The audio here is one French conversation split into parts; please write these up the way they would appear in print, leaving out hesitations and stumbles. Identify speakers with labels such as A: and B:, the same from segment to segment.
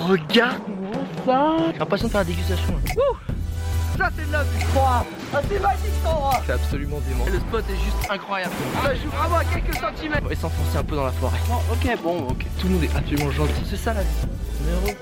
A: Regarde-moi ça. J'ai l'impression de faire la dégustation. Ça c'est de la vue. C'est magique cet endroit. C'est absolument dément. Le spot est juste incroyable. Ça joue vraiment à quelques centimètres. On va s'enfoncer un peu dans la forêt. Ok. Tout le monde est absolument gentil. C'est ça la vie.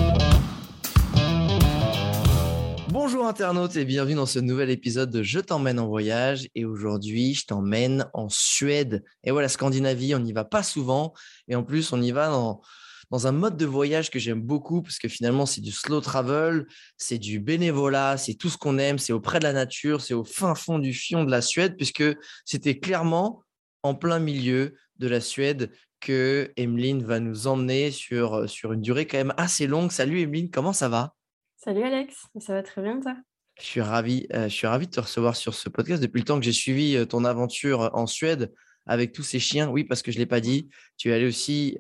A: Bonjour internautes et bienvenue dans ce nouvel épisode de Je t'emmène en voyage. Et aujourd'hui, je t'emmène en Suède. Et voilà, Scandinavie, on n'y va pas souvent. Et en plus, on y va dans un mode de voyage que j'aime beaucoup parce que finalement, c'est du slow travel, c'est du bénévolat, c'est tout ce qu'on aime, c'est auprès de la nature, c'est au fin fond du fion de la Suède puisque c'était clairement en plein milieu de la Suède que Emeline va nous emmener sur une durée quand même assez longue. Salut Emeline, comment ça va ?
B: Salut Alex, ça va très bien toi?
A: Je suis ravi de te recevoir sur ce podcast depuis le temps que j'ai suivi ton aventure en Suède avec tous ces chiens. Oui, parce que je ne l'ai pas dit, tu es allé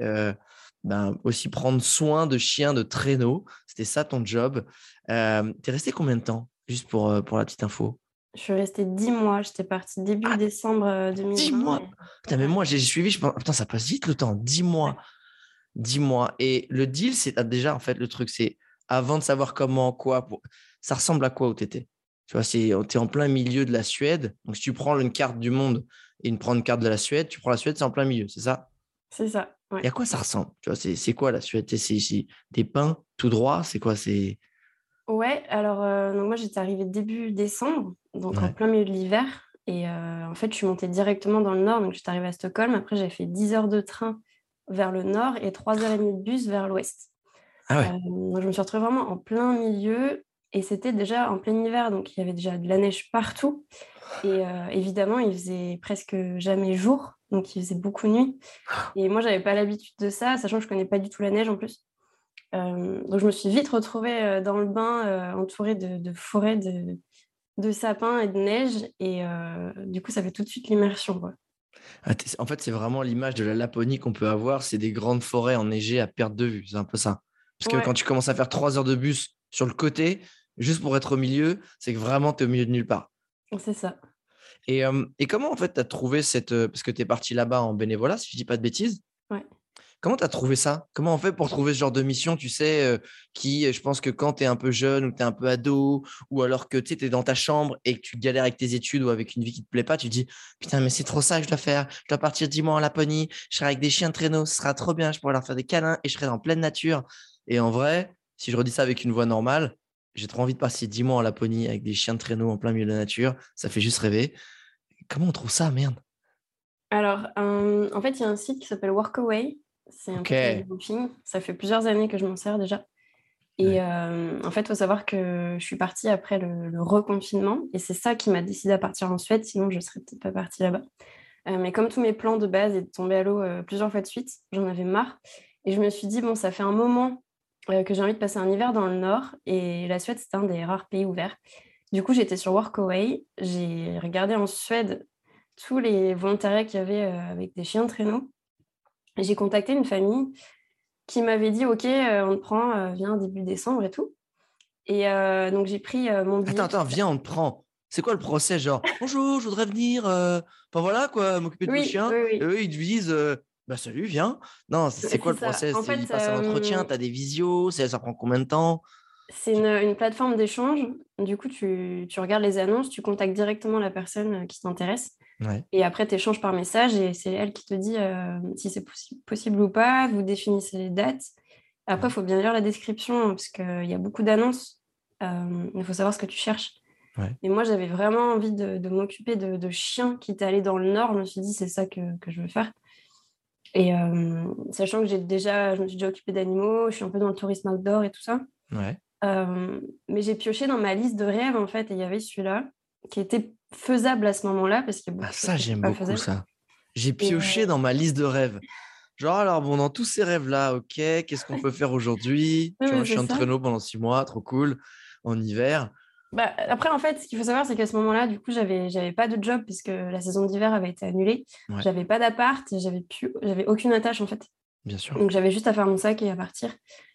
A: aussi prendre soin de chiens de traîneau. C'était ça ton job. Tu es resté combien de temps? Juste pour la petite info.
B: Je suis restée 10 mois, j'étais partie début décembre
A: 10
B: 2020.
A: mois. Putain, mais moi, j'ai suivi, je pense, putain, ça passe vite le temps, 10 mois. 10 mois. Et le deal, c'est déjà, en fait, le truc, c'est avant de savoir comment, quoi, ça ressemble à quoi où tu étais? Tu vois, tu es en plein milieu de la Suède. Donc, si tu prends une carte du monde et prends une carte de la Suède, tu prends la Suède, c'est en plein milieu, c'est ça?
B: C'est ça, ouais.
A: Et à quoi ça ressemble? Tu vois, c'est quoi la Suède? C'est des pins tout droit? C'est quoi?
B: Ouais, alors donc moi j'étais arrivée début décembre, donc en plein milieu de l'hiver. Et en fait, je suis montée directement dans le nord, donc j'étais arrivée à Stockholm. Après, j'ai fait 10 heures de train vers le nord et 3h30 de bus vers l'ouest.
A: Ah ouais.
B: Donc je me suis retrouvée vraiment en plein milieu et c'était déjà en plein hiver, donc il y avait déjà de la neige partout. Et évidemment, il faisait presque jamais jour, donc il faisait beaucoup nuit. Et moi, j'avais pas l'habitude de ça, sachant que je connais pas du tout la neige en plus. Donc je me suis vite retrouvée dans le bain, entourée de forêts de sapins et de neige. Et du coup, ça fait tout de suite l'immersion, quoi.
A: En fait, c'est vraiment l'image de la Laponie qu'on peut avoir. C'est des grandes forêts enneigées à perte de vue. C'est un peu ça. Parce que
B: Ouais,
A: quand tu commences à faire 3 heures de bus sur le côté, juste pour être au milieu, c'est que vraiment, tu es au milieu de nulle part.
B: c'est ça.
A: Et comment, en fait, tu as trouvé parce que tu es parti là-bas en bénévolat, si je dis pas de bêtises.
B: Ouais.
A: Comment tu as trouvé ça? Comment on fait pour trouver ce genre de mission, tu sais, je pense que quand tu es un peu jeune ou que tu es un peu ado, ou alors que tu es dans ta chambre et que tu galères avec tes études ou avec une vie qui te plaît pas, tu te dis, putain, mais c'est trop ça que je dois faire. Je dois partir 10 mois en Laponie, je serai avec des chiens de traîneau, ce sera trop bien, je pourrai leur faire des câlins et je serai en pleine nature. Et en vrai, si je redis ça avec une voix normale, j'ai trop envie de passer 10 mois en Laponie avec des chiens de traîneau en plein milieu de la nature. Ça fait juste rêver. Comment on trouve ça, merde?
B: Alors, en fait, il y a un site qui s'appelle Workaway. C'est un
A: Ok.
B: plateforme de booking. Ça fait plusieurs années que je m'en sers déjà. Et en fait, il faut savoir que je suis partie après le reconfinement. Et c'est ça qui m'a décidé à partir en Suède. Sinon, je ne serais peut-être pas partie là-bas. Mais comme tous mes plans de base étaient tombés à l'eau plusieurs fois de suite, j'en avais marre. Et je me suis dit, bon, ça fait un moment que j'ai envie de passer un hiver dans le Nord. Et la Suède, c'est un des rares pays ouverts. Du coup, j'étais sur Workaway. J'ai regardé en Suède tous les volontariats qu'il y avait avec des chiens de traîneau. Et j'ai contacté une famille qui m'avait dit, OK, on te prend, viens début décembre et tout. Et donc, j'ai pris mon billet.
A: Attends, viens, on te prend. C'est quoi le procès? Genre, bonjour, je voudrais venir, enfin voilà, quoi, m'occuper de vos
B: Oui,
A: chiens.
B: oui,
A: Et
B: oui.
A: eux, ils te disent, bah salut, viens. Non, c'est quoi
B: C'est
A: le
B: ça.
A: procès?
B: En
A: Il
B: fait,
A: passe un entretien, tu as des visios, ça prend combien de temps?
B: c'est une plateforme d'échange. Du coup, tu regardes les annonces, tu contactes directement la personne qui t'intéresse.
A: Ouais.
B: Et après, tu échanges par message et c'est elle qui te dit si c'est possible ou pas. Vous définissez les dates. Après, il faut bien lire la description parce qu'il y a beaucoup d'annonces. Il faut savoir ce que tu cherches.
A: Ouais.
B: Et moi, j'avais vraiment envie de m'occuper de chiens qui étaient allés dans le Nord. Je me suis dit, c'est ça que je veux faire. Et sachant que je me suis déjà occupée d'animaux, je suis un peu dans le tourisme outdoor et tout ça.
A: Ouais.
B: Mais j'ai pioché dans ma liste de rêves, en fait, et il y avait celui-là qui était faisable à ce moment-là, parce qu'il y a beaucoup
A: Ah,
B: de choses
A: ça,
B: qui n'étaient
A: j'aime
B: pas
A: beaucoup
B: faisables.
A: ça. J'ai
B: Et
A: pioché dans ma liste de rêves. Genre, alors, bon, dans tous ces rêves-là, ok, qu'est-ce qu'on peut faire aujourd'hui?
B: ouais,
A: Tu vois,
B: mais
A: je
B: c'est
A: suis en
B: ça.
A: traîneau pendant 6 mois, trop cool, en hiver.
B: Bah, après, en fait, ce qu'il faut savoir, c'est qu'à ce moment-là, du coup, j'avais pas de job puisque la saison d'hiver avait été annulée.
A: Ouais,
B: J'avais pas d'appart, j'avais aucune attache, en fait.
A: bien sûr.
B: Donc, j'avais juste à faire mon sac et à partir.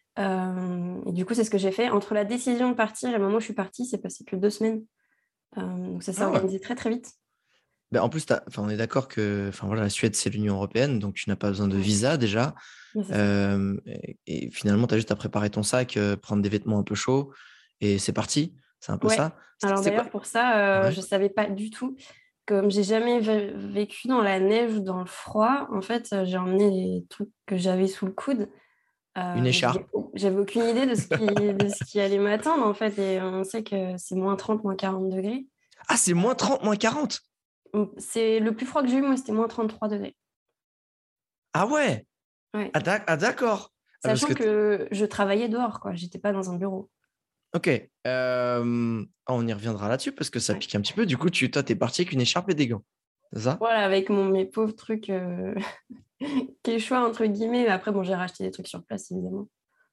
B: Et du coup, c'est ce que j'ai fait. Entre la décision de partir et le moment où je suis partie, c'est passé que 2 semaines. Donc, ça s'est
A: Ah ouais.
B: organisé très, très vite.
A: Ben, en plus, on est d'accord que voilà, la Suède, c'est l'Union européenne, donc tu n'as pas besoin de visa déjà.
B: Ouais, c'est ça.
A: Et finalement, tu as juste à préparer ton sac, prendre des vêtements un peu chauds, et c'est parti. C'est un peu
B: Ouais.
A: ça.
B: Alors
A: C'est quoi?
B: d'ailleurs, pour ça,
A: Ouais.
B: je ne savais pas du tout. Comme j'ai jamais vécu dans la neige ou dans le froid, en fait, j'ai emmené les trucs que j'avais sous le coude.
A: Une
B: Mais
A: écharpe.
B: j'avais aucune idée de ce qui allait m'attendre, en fait. Et on sait que c'est -30, -40 degrés.
A: Ah, c'est -30, -40.
B: C'est le plus froid que j'ai eu, moi, c'était -33 degrés.
A: Ah ouais.
B: Ouais.
A: Ah, d'accord. Ah, parce
B: Sachant
A: que
B: que je travaillais dehors, quoi. J'étais pas dans un bureau.
A: ok. On y reviendra là-dessus parce que ça
B: Ouais.
A: pique un petit peu. Du coup, toi, t'es parti avec une écharpe et des gants. C'est ça?
B: Voilà, avec mes pauvres trucs choix entre guillemets. Mais après, bon, j'ai racheté des trucs sur place, évidemment.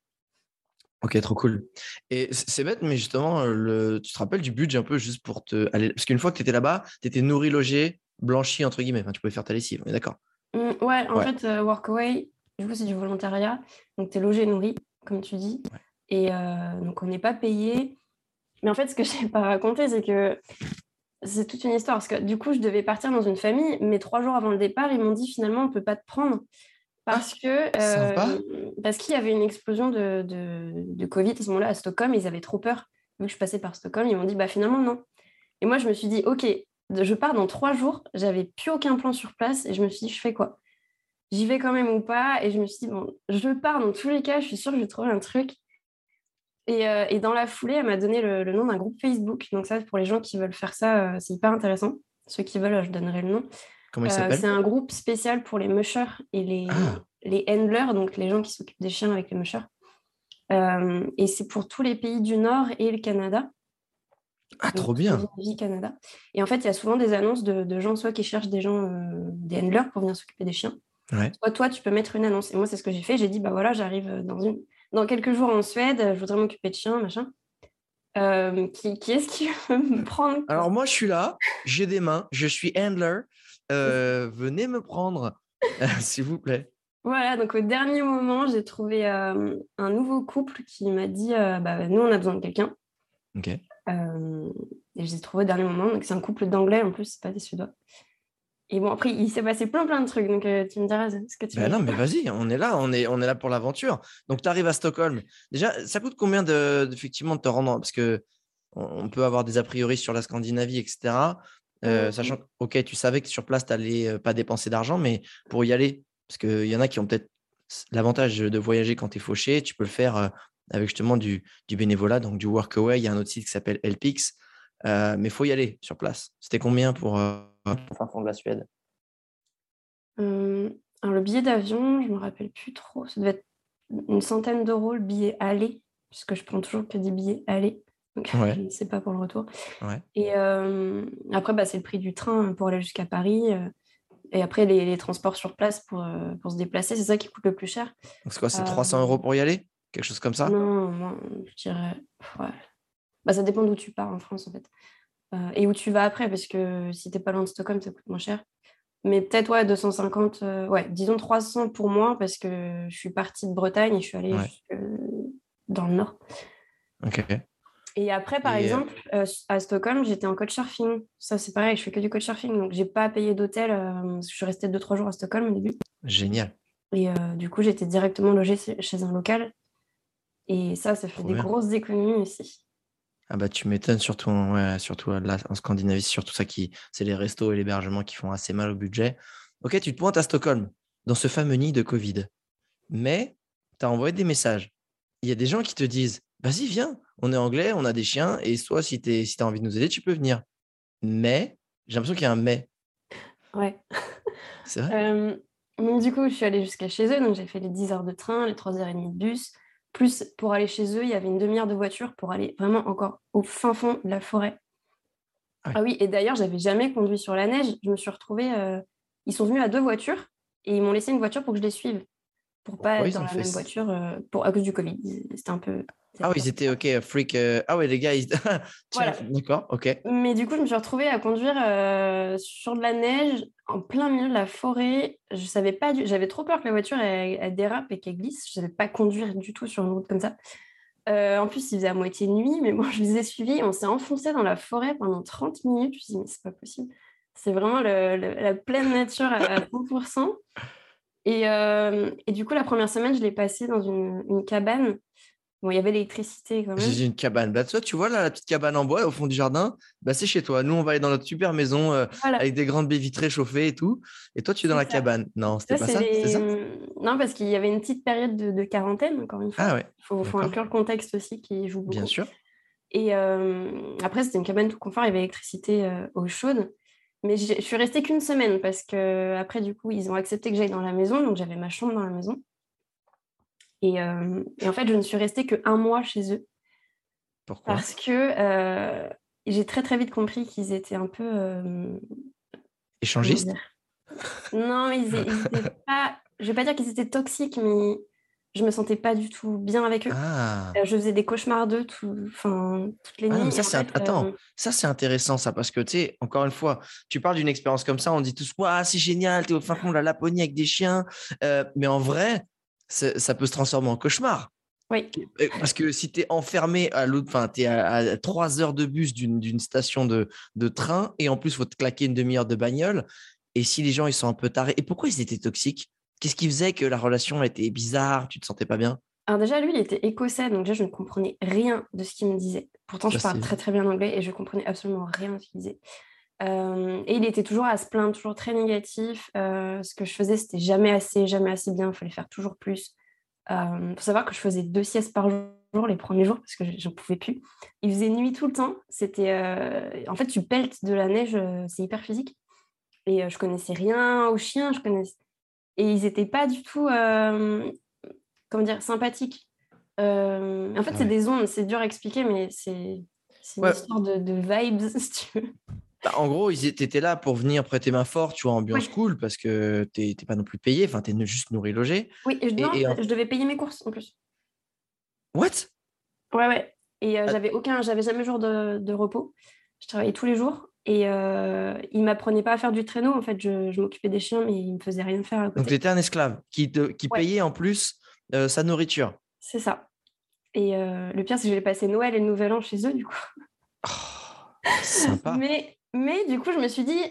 A: Ok, trop cool. Et c'est bête, mais justement, tu te rappelles du budget un peu juste pour te aller. Parce qu'une fois que tu étais là-bas, tu étais nourri, logé, blanchi, entre guillemets. Enfin, tu pouvais faire ta lessive, on est d'accord.
B: Ouais, en
A: Ouais.
B: fait, Workaway, du coup, c'est du volontariat. Donc, tu es logé et nourri, comme tu dis.
A: Ouais.
B: Et donc, on n'est pas payé. Mais en fait, ce que je n'ai pas raconté, c'est que c'est toute une histoire. Parce que du coup, je devais partir dans une famille, mais 3 jours avant le départ, ils m'ont dit finalement, on ne peut pas te prendre.
A: Ah,
B: Parce que
A: sympa.
B: parce qu'il y avait une explosion de Covid à ce moment-là à Stockholm. Ils avaient trop peur. Vu que je passais par Stockholm, ils m'ont dit, bah finalement, non. Et moi, je me suis dit, OK, je pars dans 3 jours. J'avais plus aucun plan sur place. Et je me suis dit, je fais quoi? J'y vais quand même ou pas? Et je me suis dit, bon, je pars dans tous les cas. Je suis sûre que je vais trouver un truc. Et dans la foulée, elle m'a donné le nom d'un groupe Facebook. Donc ça, pour les gens qui veulent faire ça, c'est hyper intéressant. Ceux qui veulent, je donnerai le nom.
A: Comment il
B: C'est
A: s'appelle?
B: un groupe spécial pour les mushers et
A: Ah,
B: les handlers, donc les gens qui s'occupent des chiens avec les mushers. Et c'est pour tous les pays du Nord et le Canada.
A: ah,
B: Donc
A: trop bien.
B: Scandinavie, Canada. Et en fait, il y a souvent des annonces de gens soit qui cherchent des gens, des handlers pour venir s'occuper des chiens,
A: Ouais.
B: soit toi, tu peux mettre une annonce. Et moi, c'est ce que j'ai fait. J'ai dit, bah voilà, j'arrive dans quelques jours en Suède, je voudrais m'occuper de chiens, machin. Qui est-ce qui veut me prendre, quoi?
A: Alors, moi, je suis là, j'ai des mains, je suis handler. Venez me prendre, s'il vous plaît.
B: Voilà, donc au dernier moment, j'ai trouvé un nouveau couple qui m'a dit, bah, nous, on a besoin de quelqu'un.
A: Ok.
B: Et je les ai trouvés au dernier moment. Donc c'est un couple d'anglais en plus, c'est pas des Suédois. Et bon, après, il s'est passé plein de trucs. Donc tu me diras ce que tu
A: Ben
B: veux.
A: non, mais vas-y, on est là pour l'aventure. Donc, tu arrives à Stockholm. Déjà, ça coûte combien effectivement de te rendre, parce que on peut avoir des a priori sur la Scandinavie, etc. Sachant que, ok, tu savais que sur place, tu n'allais pas dépenser d'argent, mais pour y aller, parce qu'il y en a qui ont peut-être l'avantage de voyager quand tu es fauché, tu peux le faire avec justement du bénévolat, donc du workaway. Il y a un autre site qui s'appelle Helpix, mais il faut y aller sur place. C'était combien pour fin fond de la Suède?
B: Euh, alors le billet d'avion, je me rappelle plus trop. Ça devait être une centaine d'euros le billet aller, puisque je prends toujours que des billets aller. Donc je
A: Ouais,
B: ne sais pas pour le retour.
A: ouais.
B: Et après, bah, c'est le prix du train pour aller jusqu'à Paris. Et après, les transports sur place pour se déplacer, c'est ça qui coûte le plus cher.
A: Donc, c'est quoi, c'est
B: Euh,
A: 300 € pour y aller? Quelque chose comme ça?
B: non, moi, je dirais. Ouais. Bah, ça dépend d'où tu pars en France, en fait. Et où tu vas après, parce que si t'es pas loin de Stockholm, ça coûte moins cher. Mais peut-être, ouais, 250, ouais, disons 300 pour moi, parce que je suis partie de Bretagne et je suis allée
A: Ouais.
B: jusque dans le nord.
A: Ok.
B: Et après, par
A: Et
B: exemple, à Stockholm, j'étais en couchsurfing. Ça, c'est pareil, je fais que du couchsurfing. Donc, j'ai pas payé d'hôtel, parce que je suis restée 2-3 jours à Stockholm au début.
A: génial.
B: Et du coup, j'étais directement logée chez un local. Et ça fait
A: Trop
B: des
A: bien.
B: grosses économies aussi.
A: Ah bah tu m'étonnes, surtout, ouais, surtout là, en Scandinavie, c'est surtout ça c'est les restos et l'hébergement qui font assez mal au budget. Ok, tu te pointes à Stockholm, dans ce fameux nid de Covid, mais tu as envoyé des messages. Il y a des gens qui te disent, vas-y, viens, on est anglais, on a des chiens, et soit si tu as envie de nous aider, tu peux venir. Mais, j'ai l'impression qu'il y a un mais.
B: Ouais.
A: C'est vrai?
B: Euh, donc, du coup, je suis allée jusqu'à chez eux. Donc, j'ai fait les 10 heures de train, les 3h30 de bus. Plus, pour aller chez eux, il y avait une demi-heure de voiture pour aller vraiment encore au fin fond de la forêt.
A: Ah ouais.
B: Ah oui, et d'ailleurs, j'avais jamais conduit sur la neige. Je me suis retrouvée. Ils sont venus à 2 voitures et ils m'ont laissé une voiture pour que je les suive, pour pas
A: Pourquoi
B: être
A: ils
B: dans
A: ont
B: la
A: fait
B: même
A: ça?
B: voiture à cause du Covid. C'était un peu.
A: Ah oui, ils étaient ok, freak. Ah ouais, les gars, tiens,
B: Voilà.
A: d'accord, ok.
B: Mais du coup, je me suis retrouvée à conduire sur de la neige en plein milieu de la forêt. Je savais pas J'avais trop peur que la voiture elle dérape et qu'elle glisse. Je savais pas conduire du tout sur une route comme ça. En plus, il faisait à moitié nuit, mais bon, je les ai suivis. On s'est enfoncé dans la forêt pendant 30 minutes. Je me suis dit, mais c'est pas possible. C'est vraiment la pleine nature à 100%. Et du coup, la première semaine, je l'ai passée dans une cabane. Bon, il y avait l'électricité quand
A: J'ai
B: même.
A: dit une cabane. Bah, toi, tu vois, là, la petite cabane en bois au fond du jardin, bah, c'est chez toi. Nous, on va aller dans notre super maison
B: Voilà,
A: avec des grandes baies vitrées chauffées et tout. Et toi, tu es dans
B: c'est
A: la
B: ça.
A: cabane. Non, c'était
B: Ça,
A: pas
B: c'est
A: ça? C'était ça?
B: Non, parce qu'il y avait une petite période de quarantaine, encore une
A: Ah
B: fois.
A: ouais,
B: Il faut
A: d'accord.
B: inclure le contexte aussi qui joue
A: Bien
B: beaucoup.
A: sûr.
B: Et après, c'était une cabane tout confort, il y avait l'électricité eau chaude. Mais je suis restée qu'une semaine parce que après, du coup, ils ont accepté que j'aille dans la maison. Donc, j'avais ma chambre dans la maison. Et en fait, je ne suis restée qu'un mois chez eux
A: Pourquoi?
B: parce que j'ai très, très vite compris qu'ils étaient un peu... comment
A: Échangiste?
B: dire? Non, mais ils étaient pas... Je vais pas dire qu'ils étaient toxiques, mais je me sentais pas du tout bien avec eux.
A: Ah.
B: Je faisais des cauchemars d'eux toutes les
A: Ah non, mais
B: nuits. Et
A: ça,
B: en fait,
A: Attends, ça, c'est intéressant, ça, parce que, tu sais, encore une fois, tu parles d'une expérience comme ça, on dit tous, waouh, c'est génial, t'es au fin fond de la Laponie avec des chiens. Mais en vrai, ça peut se transformer en cauchemar.
B: oui,
A: Parce que si tu es enfermé à l'autre, enfin, tu es à 3 heures de bus d'une station de train, et en plus, il faut te claquer une demi-heure de bagnole. Et si les gens, ils sont un peu tarés, et pourquoi ils étaient toxiques? Qu'est-ce qui faisait que la relation était bizarre, tu te sentais pas bien?
B: alors déjà, lui, il était écossais, donc déjà, je ne comprenais rien de ce qu'il me disait. Pourtant,
A: Ça,
B: je parle
A: c'est.
B: très très bien anglais et je comprenais absolument rien de ce qu'il disait. Et il était toujours à se plaindre, toujours très négatif. Ce que je faisais, c'était jamais assez bien. Il fallait faire toujours plus. Il faut savoir que je faisais 2 siestes par jour les premiers jours parce que j'en pouvais plus. Il faisait nuit tout le temps. En fait, tu peltes de la neige, c'est hyper physique. Et je connaissais rien aux chiens, et ils étaient pas du tout, comment dire, sympathiques. En fait,
A: Ah
B: c'est
A: ouais.
B: des ondes, c'est dur à expliquer, mais c'est une
A: Ouais,
B: histoire de vibes, si tu veux.
A: bah, en gros, ils étaient là pour venir prêter main forte, tu vois, ambiance
B: Ouais.
A: cool, parce que t'es pas non plus payé, enfin, t'es juste nourri, logé.
B: Oui, non,
A: Et
B: je devais payer mes courses en plus.
A: what?
B: Ouais, ouais. Et
A: Ah,
B: j'avais jamais jour de repos. Je travaillais tous les jours. Et il m'apprenait pas à faire du traîneau. En fait, je m'occupais des chiens, mais il me faisait rien faire à
A: donc,
B: côté.
A: t'étais un esclave qui
B: Ouais,
A: payait en plus sa nourriture.
B: c'est ça. Et le pire, c'est que j'ai passé Noël et le Nouvel An chez eux, du coup.
A: Oh, sympa.
B: Mais du coup, je me suis dit,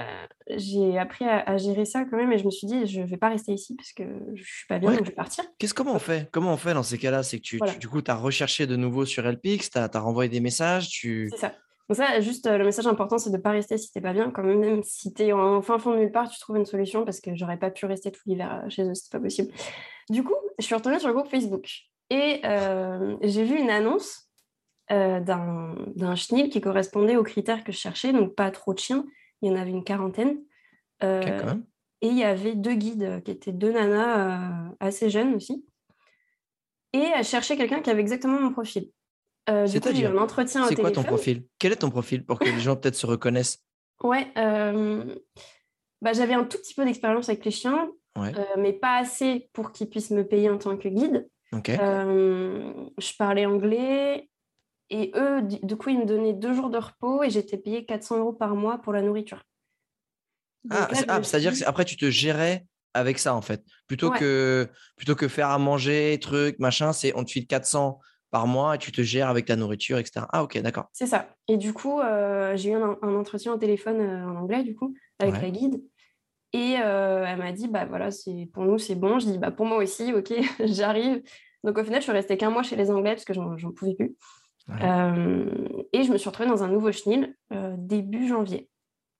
B: j'ai appris à gérer ça quand même, et je me suis dit, je vais pas rester ici parce que je suis pas bien,
A: Ouais,
B: donc je vais partir.
A: comment on
B: Donc,
A: fait? Comment on fait dans ces cas-là? C'est que
B: voilà,
A: du coup, tu as recherché de nouveau sur LPX, tu as renvoyé des messages,
B: c'est ça. Donc ça, juste le message important, c'est de pas rester si t'es pas bien. Quand même si t'es en fin fond de nulle part, tu trouves une solution parce que j'aurais pas pu rester tout l'hiver chez eux, c'était pas possible. Du coup, je suis retournée sur le groupe Facebook et j'ai vu une annonce d'un chenil qui correspondait aux critères que je cherchais, donc pas trop de chiens, il y en avait une quarantaine.
A: Ok,
B: Euh,
A: quand même.
B: et il y avait 2 guides qui étaient 2 nanas assez jeunes aussi. Et elles cherchaient quelqu'un qui avait exactement mon profil. Du coup, j'ai eu
A: C'est-à-dire,
B: un entretien au
A: c'est quoi ton
B: téléphone.
A: profil? Quel est ton profil pour que les gens peut-être se reconnaissent?
B: Ouais, bah, j'avais un tout petit peu d'expérience avec les chiens,
A: Ouais,
B: mais pas assez pour qu'ils puissent me payer en tant que guide.
A: ok.
B: Je parlais anglais et eux, du coup, ils me donnaient 2 jours de repos et j'étais payée 400 € par mois pour la nourriture. Donc là, je me suis
A: C'est-à-dire que
B: dit,
A: après, tu te gérais avec ça, en fait.
B: ouais,
A: Plutôt que faire à manger, truc, machin, c'est on te file 400 par mois et tu te gères avec ta nourriture, etc. Ah, ok, d'accord.
B: c'est ça. Et du coup, j'ai eu un entretien au téléphone en anglais, du coup, avec
A: Ouais.
B: la guide. Et elle m'a dit, bah voilà, pour nous, c'est bon. Je dis, bah pour moi aussi, ok, j'arrive. Donc au final, je suis restée qu'un mois chez les Anglais parce que j'en pouvais plus.
A: Ouais.
B: Et je me suis retrouvée dans un nouveau chenil début janvier.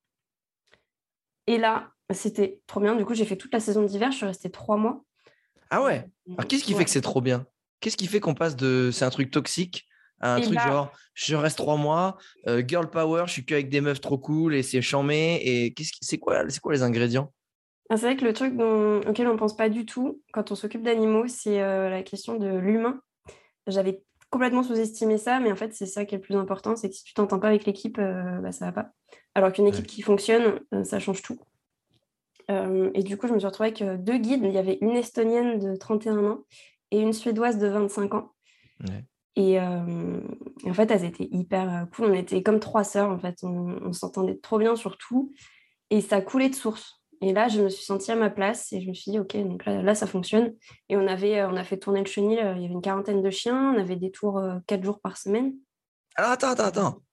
B: Et là, c'était trop bien. Du coup, j'ai fait toute la saison d'hiver. Je suis restée 3 mois.
A: Ah
B: Euh,
A: ouais. Alors, qu'est-ce qui fait
B: ouais.
A: que c'est trop bien? Qu'est-ce qui fait qu'on passe de c'est un truc toxique à un
B: Et
A: truc
B: bah,
A: genre je reste 3 mois, girl power, je suis qu'avec des meufs trop cool et c'est chambé. Et c'est quoi les ingrédients?
B: c'est vrai que le truc auquel on ne pense pas du tout quand on s'occupe d'animaux, c'est la question de l'humain. J'avais complètement sous-estimé ça, mais en fait, c'est ça qui est le plus important, c'est que si tu t'entends pas avec l'équipe, bah, ça va pas. Alors qu'une équipe
A: Ouais.
B: qui fonctionne, ça change tout. Et du coup, je me suis retrouvée avec 2 guides. Il y avait une Estonienne de 31 ans et une Suédoise de 25 ans.
A: Ouais.
B: Et en fait, elles étaient hyper cool. On était comme 3 sœurs, en fait. On s'entendait trop bien sur tout. Et ça coulait de source. Et là, je me suis sentie à ma place et je me suis dit, OK, donc là ça fonctionne. Et on a fait tourner le chenil. Il y avait une quarantaine de chiens. On avait des tours 4 jours par semaine.
A: Alors attends.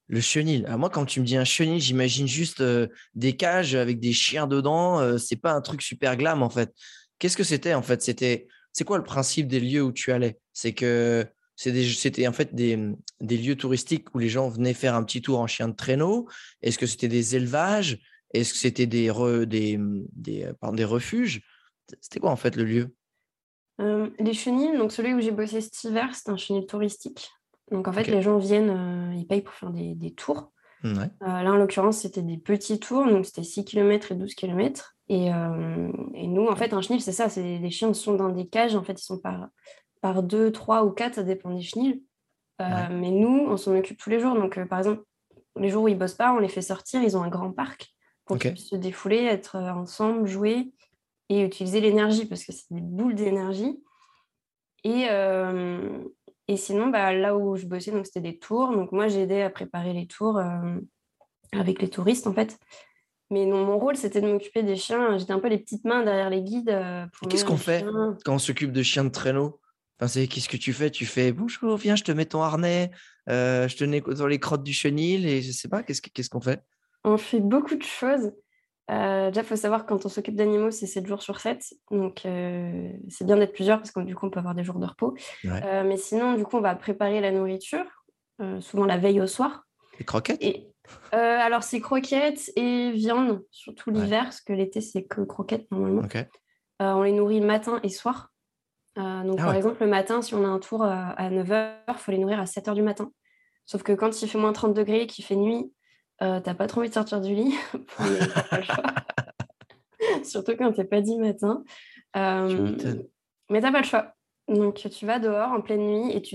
A: Le chenil. Ah, moi, quand tu me dis un chenil, j'imagine juste des cages avec des chiens dedans. C'est pas un truc super glam, en fait. Qu'est-ce que c'était, en fait? C'est quoi le principe des lieux où tu allais? C'était en fait des lieux touristiques où les gens venaient faire un petit tour en chien de traîneau. Est-ce que c'était des élevages? Est-ce que c'était pardon, des refuges? C'était quoi, en fait, le lieu?
B: Les chenils, donc celui où j'ai bossé cet hiver, c'est un chenil touristique. Donc en fait,
A: Ok.
B: les gens viennent, ils payent pour faire des tours.
A: Ouais.
B: Là, en l'occurrence, c'était des petits tours, donc c'était 6 km et 12 km. Et nous, en fait, un chenil, c'est ça, les chiens sont dans des cages, en fait, ils sont par 2, 3 ou 4, ça dépend des chenils.
A: Ouais.
B: Mais nous, on s'en occupe tous les jours. Donc, par exemple, les jours où ils bossent pas, on les fait sortir, ils ont un grand parc pour
A: Ok.
B: qu'ils puissent se défouler, être ensemble, jouer et utiliser l'énergie, parce que c'est des boules d'énergie. Et, euh, et sinon, bah, là où je bossais, donc c'était des tours. Donc moi, j'ai aidé à préparer les tours avec les touristes, en fait. Mais non, mon rôle, c'était de m'occuper des chiens. J'étais un peu les petites mains derrière les guides
A: Et
B: pour
A: qu'est-ce
B: nourrir
A: qu'on
B: les
A: fait
B: chiens.
A: quand on s'occupe de chiens de traîneau? Enfin, qu'est-ce que tu fais? Tu fais bonjour, viens, je te mets ton harnais, je te mets dans les crottes du chenil et je sais pas, qu'est-ce qu'on fait?
B: On fait beaucoup de choses. Déjà, il faut savoir que quand on s'occupe d'animaux, c'est 7 jours sur 7. Donc, c'est bien d'être plusieurs parce que du coup, on peut avoir des jours de repos.
A: Ouais.
B: Mais sinon, du coup, on va préparer la nourriture, souvent la veille au soir.
A: Les croquettes?
B: Et alors, c'est croquettes et viande, surtout
A: Ouais.
B: l'hiver, parce que l'été, c'est que croquettes normalement.
A: Ok.
B: On les nourrit matin et soir. Donc,
A: Ah
B: par
A: ouais.
B: exemple, le matin, si on a un tour à 9h, il faut les nourrir à 7h du matin. Sauf que quand il fait moins 30 degrés, qu'il fait nuit, t'as pas trop envie de sortir du lit, mais t'as pas le choix. Surtout quand t'es pas dit matin.
A: Tu
B: Euh,
A: m'étonnes.
B: mais t'as pas le choix. Donc tu vas dehors en pleine nuit et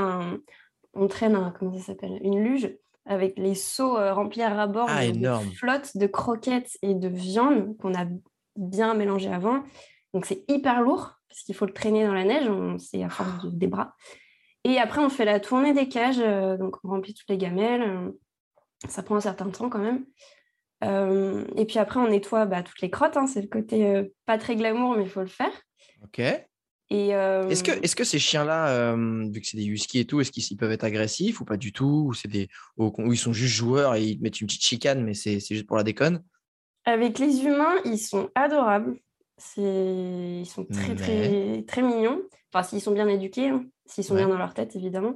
B: on traîne comment ça s'appelle? Une luge avec les seaux remplis à ras-bord
A: Ah,
B: de
A: énorme.
B: flotte, de croquettes et de viande qu'on a bien mélangé avant. Donc c'est hyper lourd parce qu'il faut le traîner dans la neige, c'est à force des bras. Et après on fait la tournée des cages, donc on remplit toutes les gamelles. Ça prend un certain temps quand même. Et puis après, on nettoie toutes les crottes, hein, c'est le côté pas très glamour, mais il faut le faire.
A: Ok.
B: Et
A: Est-ce que ces chiens-là, vu que c'est des huskies et tout, est-ce qu'ils peuvent être agressifs ou pas du tout? Ou ils sont juste joueurs et ils te mettent une petite chicane, mais c'est juste pour la déconne?
B: avec les humains, ils sont adorables. Ils sont très,
A: Mais.
B: très, très mignons. Enfin, s'ils sont bien éduqués, hein, s'ils sont bien
A: Ouais.
B: dans leur tête, évidemment.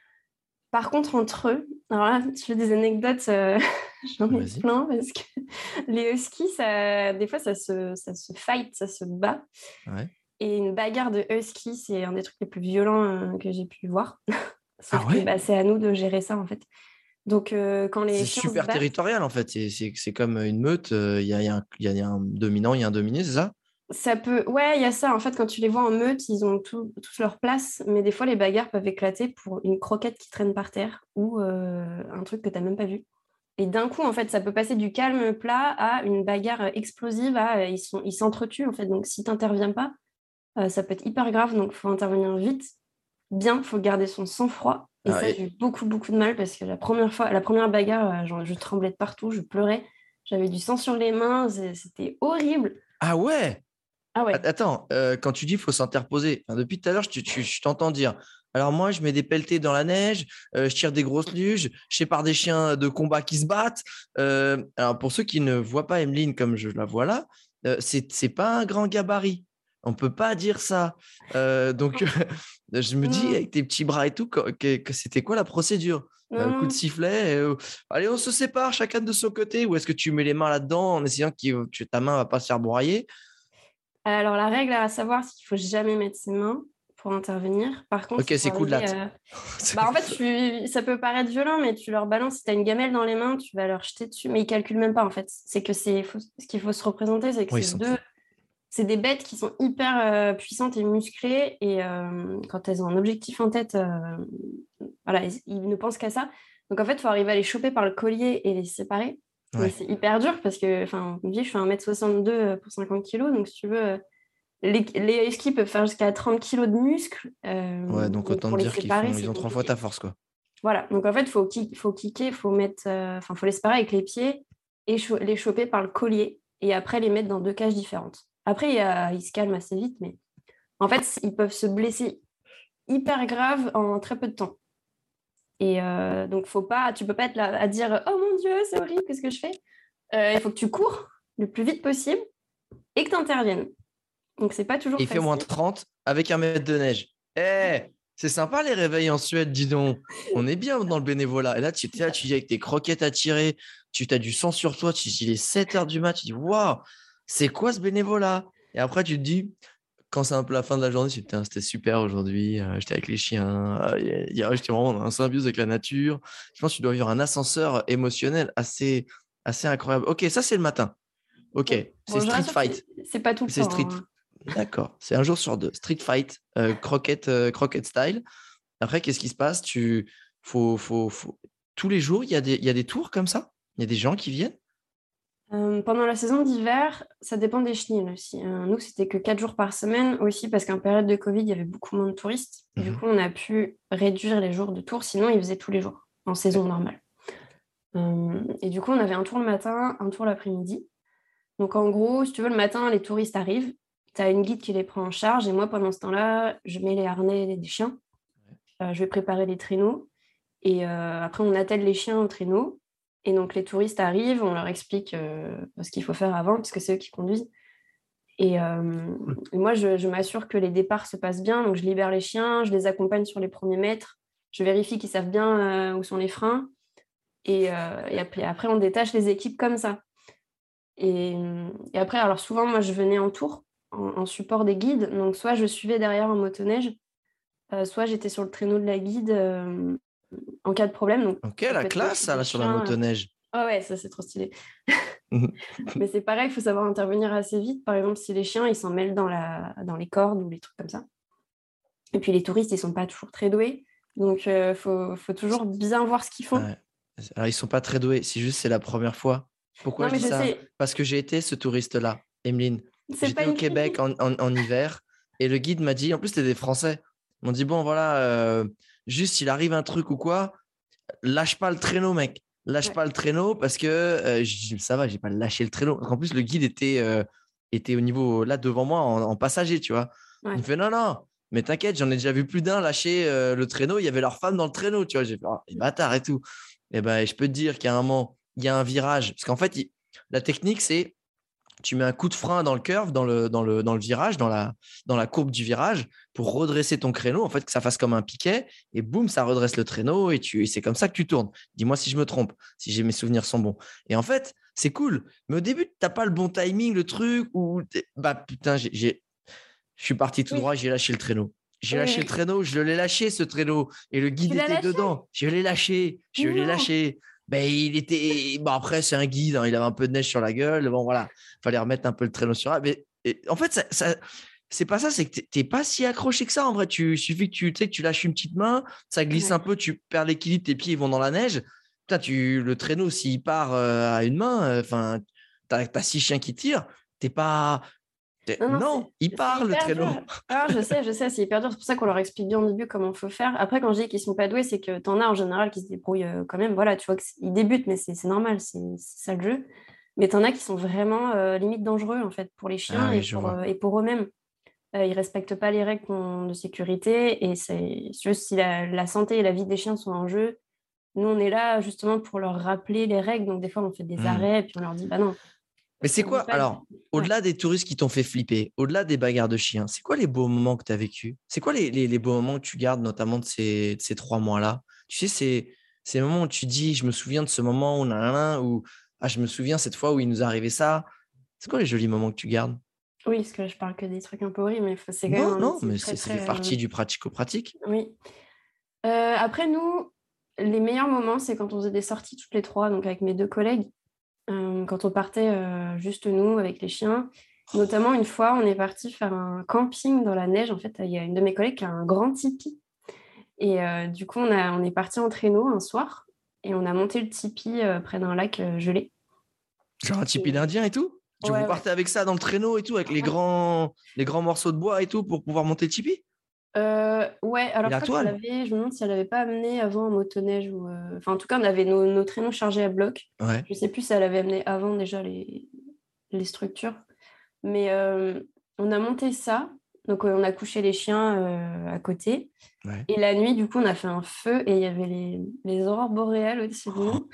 B: Par contre, entre eux, alors là, tu fais des anecdotes, j'en ai
A: Vas-y.
B: plein parce que les huskies, des fois, ça se fight, ça se bat.
A: Ouais.
B: Et une bagarre de husky, c'est un des trucs les plus violents que j'ai pu voir.
A: Ah
B: Sauf que
A: ouais?
B: c'est à nous de gérer ça, en fait. Donc, quand les
A: C'est
B: chiens se
A: super
B: battent,
A: territorial en fait. C'est comme une meute. Il y a un dominant, il y a un dominé, c'est ça?
B: ça peut... Ouais, il y a ça. En fait, quand tu les vois en meute, ils ont tous leur place. Mais des fois, les bagarres peuvent éclater pour une croquette qui traîne par terre ou un truc que tu n'as même pas vu. Et d'un coup, en fait, ça peut passer du calme plat à une bagarre explosive. Ils s'entretuent, en fait. Donc, si tu n'interviens pas, ça peut être hyper grave. Donc, il faut intervenir vite. Bien, il faut garder son sang-froid. Et
A: Ah,
B: ça, j'ai eu beaucoup, beaucoup de mal parce que la première bagarre, je tremblais de partout, je pleurais. J'avais du sang sur les mains, c'était horrible.
A: ah ouais!
B: Ah ouais.
A: Attends, quand tu dis faut s'interposer, enfin, depuis tout à l'heure, je t'entends dire. Alors moi, je mets des pelletés dans la neige, je tire des grosses luges, je sépare des chiens de combat qui se battent. Alors pour ceux qui ne voient pas Emeline comme je la vois là, c'est pas un grand gabarit. On peut pas dire ça. Donc je me dis
B: Non,
A: avec tes petits bras et tout que c'était quoi la procédure?
B: non,
A: Coup de
B: non.
A: sifflet, allez on se sépare chacun de son côté, ou est-ce que tu mets les mains là-dedans en essayant que ta main va pas se faire broyer?
B: Alors, la règle à savoir, c'est qu'il faut jamais mettre ses mains pour intervenir. Par contre,
A: Ok,
B: il faut
A: c'est coup de
B: arriver
A: latte.
B: à... en fait, ça peut paraître violent, mais tu leur balances, si tu as une gamelle dans les mains, tu vas leur jeter dessus, mais ils calculent même pas, en fait. Ce qu'il faut se représenter, c'est que
A: Oui, ils
B: c'est des bêtes qui sont hyper puissantes et musclées, et quand elles ont un objectif en tête, voilà, ils ne pensent qu'à ça. Donc en fait, il faut arriver à les choper par le collier et les séparer. Mais
A: Ouais.
B: c'est hyper dur parce que, enfin, je fais 1m62 pour 50 kilos, donc si tu veux, les huskies peuvent faire jusqu'à 30 kilos de muscles.
A: Ouais, donc
B: Donc
A: autant te
B: pour les
A: dire
B: séparer,
A: ils
B: c'est
A: ont 3 fois ta
B: compliqué.
A: force, quoi.
B: Voilà, donc en fait, faut kicker, faut mettre, faut les séparer avec les pieds et les choper par le collier et après les mettre dans deux cages différentes. Après, ils se calment assez vite, mais en fait, ils peuvent se blesser hyper grave en très peu de temps. Et donc, tu peux pas être là à dire « Oh mon Dieu, c'est horrible, qu'est-ce que je fais ?» Il faut que tu cours le plus vite possible et que tu interviennes. Donc, c'est pas toujours
A: Et il fait moins
B: facile.
A: 30 avec 1 mètre de neige. C'est sympa les réveils en Suède, dis donc. On est bien dans le bénévolat. Et là, tu es là, tu dis avec tes croquettes à tirer, tu as du sang sur toi, tu dis il est 7 heures du mat, tu dis waouh, c'est quoi ce bénévolat? Et après, tu te dis, quand c'est un peu la fin de la journée, tu te dis, putain, c'était super aujourd'hui, j'étais avec les chiens, j'étais vraiment en symbiose avec la nature. Je pense que tu dois vivre un ascenseur émotionnel assez incroyable. Ok, ça c'est le matin. Ok, c'est
B: Bon, je
A: Street
B: rassure,
A: Fight.
B: c'est pas tout le
A: C'est
B: temps,
A: Street.
B: hein.
A: D'accord. C'est un jour sur deux. Street Fight, croquette style. Après, qu'est-ce qui se passe? Tous les jours, il y a des tours comme ça? Il y a des gens qui viennent?
B: Pendant la saison d'hiver, ça dépend des chenilles aussi. Nous, c'était que 4 jours par semaine aussi parce qu'en période de Covid, il y avait beaucoup moins de touristes. Du
A: Mhm.
B: coup, on a pu réduire les jours de tour. Sinon, ils faisaient tous les jours en saison normale. Et du coup, on avait un tour le matin, un tour l'après-midi. Donc, en gros, si tu veux, le matin, les touristes arrivent. Tu as une guide qui les prend en charge. Et moi, pendant ce temps-là, je mets les harnais des chiens. Je vais préparer les traîneaux. Et après, on attelle les chiens au traîneau. Et donc, les touristes arrivent, on leur explique ce qu'il faut faire avant, puisque c'est eux qui conduisent. Et moi, je m'assure que les départs se passent bien. Donc, je libère les chiens, je les accompagne sur les premiers mètres. Je vérifie qu'ils savent bien où sont les freins. Et après, on détache les équipes comme ça. Et après, alors souvent, moi, je venais en tour, en support des guides. Donc, soit je suivais derrière en motoneige, soit j'étais sur le traîneau de la guide en cas de problème. Donc,
A: Ok,
B: ça
A: la
B: peut être
A: classe,
B: l'entrée
A: ça,
B: des
A: là, sur la
B: chiens.
A: motoneige.
B: Ah ouais, ça, c'est trop stylé. Mais c'est pareil, il faut savoir intervenir assez vite. Par exemple, si les chiens, ils s'en mêlent dans les cordes ou les trucs comme ça. Et puis, les touristes, ils sont pas toujours très doués. Donc, faut toujours bien voir ce qu'ils font.
A: Ouais. Alors, ils sont pas très doués. C'est la première fois. Pourquoi
B: Non,
A: je
B: mais
A: dis
B: je
A: ça?
B: sais,
A: Parce que j'ai été ce touriste-là, Emeline.
B: c'est
A: J'étais
B: pas
A: au
B: une
A: Québec
B: critique.
A: en hiver et le guide m'a dit, en plus, c'était des Français. Ils m'ont dit, bon, voilà, juste s'il arrive un truc ou quoi, lâche pas le traîneau, mec. Lâche
B: Ouais,
A: pas le traîneau parce que je dis, ça va, j'ai pas lâché le traîneau. En plus, le guide était au niveau là devant moi en passager, tu vois. Il me
B: ouais.
A: fait non, non, mais t'inquiète, j'en ai déjà vu plus d'un lâcher le traîneau. Il y avait leur femme dans le traîneau, tu vois. J'ai fait, oh, les bâtards et tout. Et ben, je peux te dire qu'à un moment, il y a un virage. Parce qu'en fait, la technique, c'est tu mets un coup de frein dans le curve, dans le virage, dans la courbe du virage, pour redresser ton créneau, en fait, que ça fasse comme un piquet, et boum, ça redresse le traîneau, et c'est comme ça que tu tournes. Dis-moi si je me trompe, si mes souvenirs sont bons. Et en fait, c'est cool, mais au début, tu n'as pas le bon timing, le truc, ou bah putain, je suis parti tout
B: Oui,
A: droit, j'ai lâché le traîneau. J'ai
B: oui,
A: lâché le
B: oui.
A: traîneau, je l'ai lâché ce traîneau, et le
B: Tu
A: guide
B: l'as
A: était
B: lâché?
A: dedans. Je l'ai lâché, je
B: Mais
A: l'ai
B: non.
A: lâché. Ben, il était. Bon, après, c'est un guide, hein, il avait un peu de neige sur la gueule. Bon, voilà, fallait remettre un peu le traîneau sur la. Mais en fait, c'est pas ça, c'est que t'es pas si accroché que ça. En vrai, il suffit que tu sais que tu lâches une petite main, ça glisse
B: Ouais.
A: un peu, tu perds l'équilibre, tes pieds ils vont dans la neige. Putain, le traîneau, s'il part à une main, enfin, t'as 6 chiens qui tirent, t'es pas.
B: Non, non,
A: Non, il
B: c'est
A: part le
B: hyper dur.
A: traîneau.
B: Ah, je sais, c'est hyper dur. C'est pour ça qu'on leur explique bien au début comment il faut faire. Après, quand je dis qu'ils sont pas doués, c'est que t'en as en général qui se débrouillent quand même. Voilà, tu vois qu'ils débutent, mais c'est normal, c'est ça le jeu. Mais t'en as qui sont vraiment limite dangereux en fait pour les
A: Ah
B: chiens
A: oui, je vois.
B: et pour eux-mêmes. Ils respectent pas les règles de sécurité et c'est juste si la santé et la vie des chiens sont en jeu. Nous, on est là justement pour leur rappeler les règles. Donc, des fois, on fait des
A: Hmm.
B: arrêts et puis on leur dit, bah non,
A: Mais
B: parce
A: c'est
B: qu'on dit
A: quoi,
B: pas.
A: alors,
B: Ouais.
A: au-delà des touristes qui t'ont fait flipper, au-delà des bagarres de chiens, c'est quoi les beaux moments que tu as vécus? C'est quoi les beaux moments que tu gardes, notamment de ces 3 mois-là? Tu sais, c'est ces moments où tu dis, je me souviens de ce moment où, nanana, où ah, je me souviens cette fois où il nous est arrivé ça. C'est quoi les jolis moments que tu gardes?
B: Oui, parce que je parle que des trucs un peu horribles, mais c'est quand même
A: Non,
B: un
A: non,
B: métier
A: mais
B: très,
A: ça fait
B: très.
A: partie du pratico-pratique.
B: Oui. Après, nous, les meilleurs moments, c'est quand on faisait des sorties toutes les trois, donc avec mes deux collègues, quand on partait juste nous avec les chiens. Notamment, une fois, on est parti faire un camping dans la neige. En fait, il y a une de mes collègues qui a un grand tipi. Et du coup, on est parti en traîneau un soir et on a monté le tipi près d'un lac gelé.
A: Genre un tipi
B: Et-
A: d'Indien et tout? Vous
B: Ouais, ouais.
A: partez avec ça dans le traîneau et tout, avec les
B: Ouais.
A: grands morceaux de bois et tout pour pouvoir monter le tipi?
B: Ouais,
A: Et
B: alors je
A: la
B: crois qu'elle
A: toile?
B: avait, je me demande si elle n'avait pas amené avant en motoneige ou. Enfin, en tout cas, on avait nos traîneaux chargés à bloc.
A: Ouais.
B: Je sais plus si elle avait amené avant déjà les structures. Mais on a monté ça. Donc, on a couché les chiens à côté.
A: Ouais.
B: Et la nuit, du coup, on a fait un feu et il y avait les aurores boréales au-dessus de nous.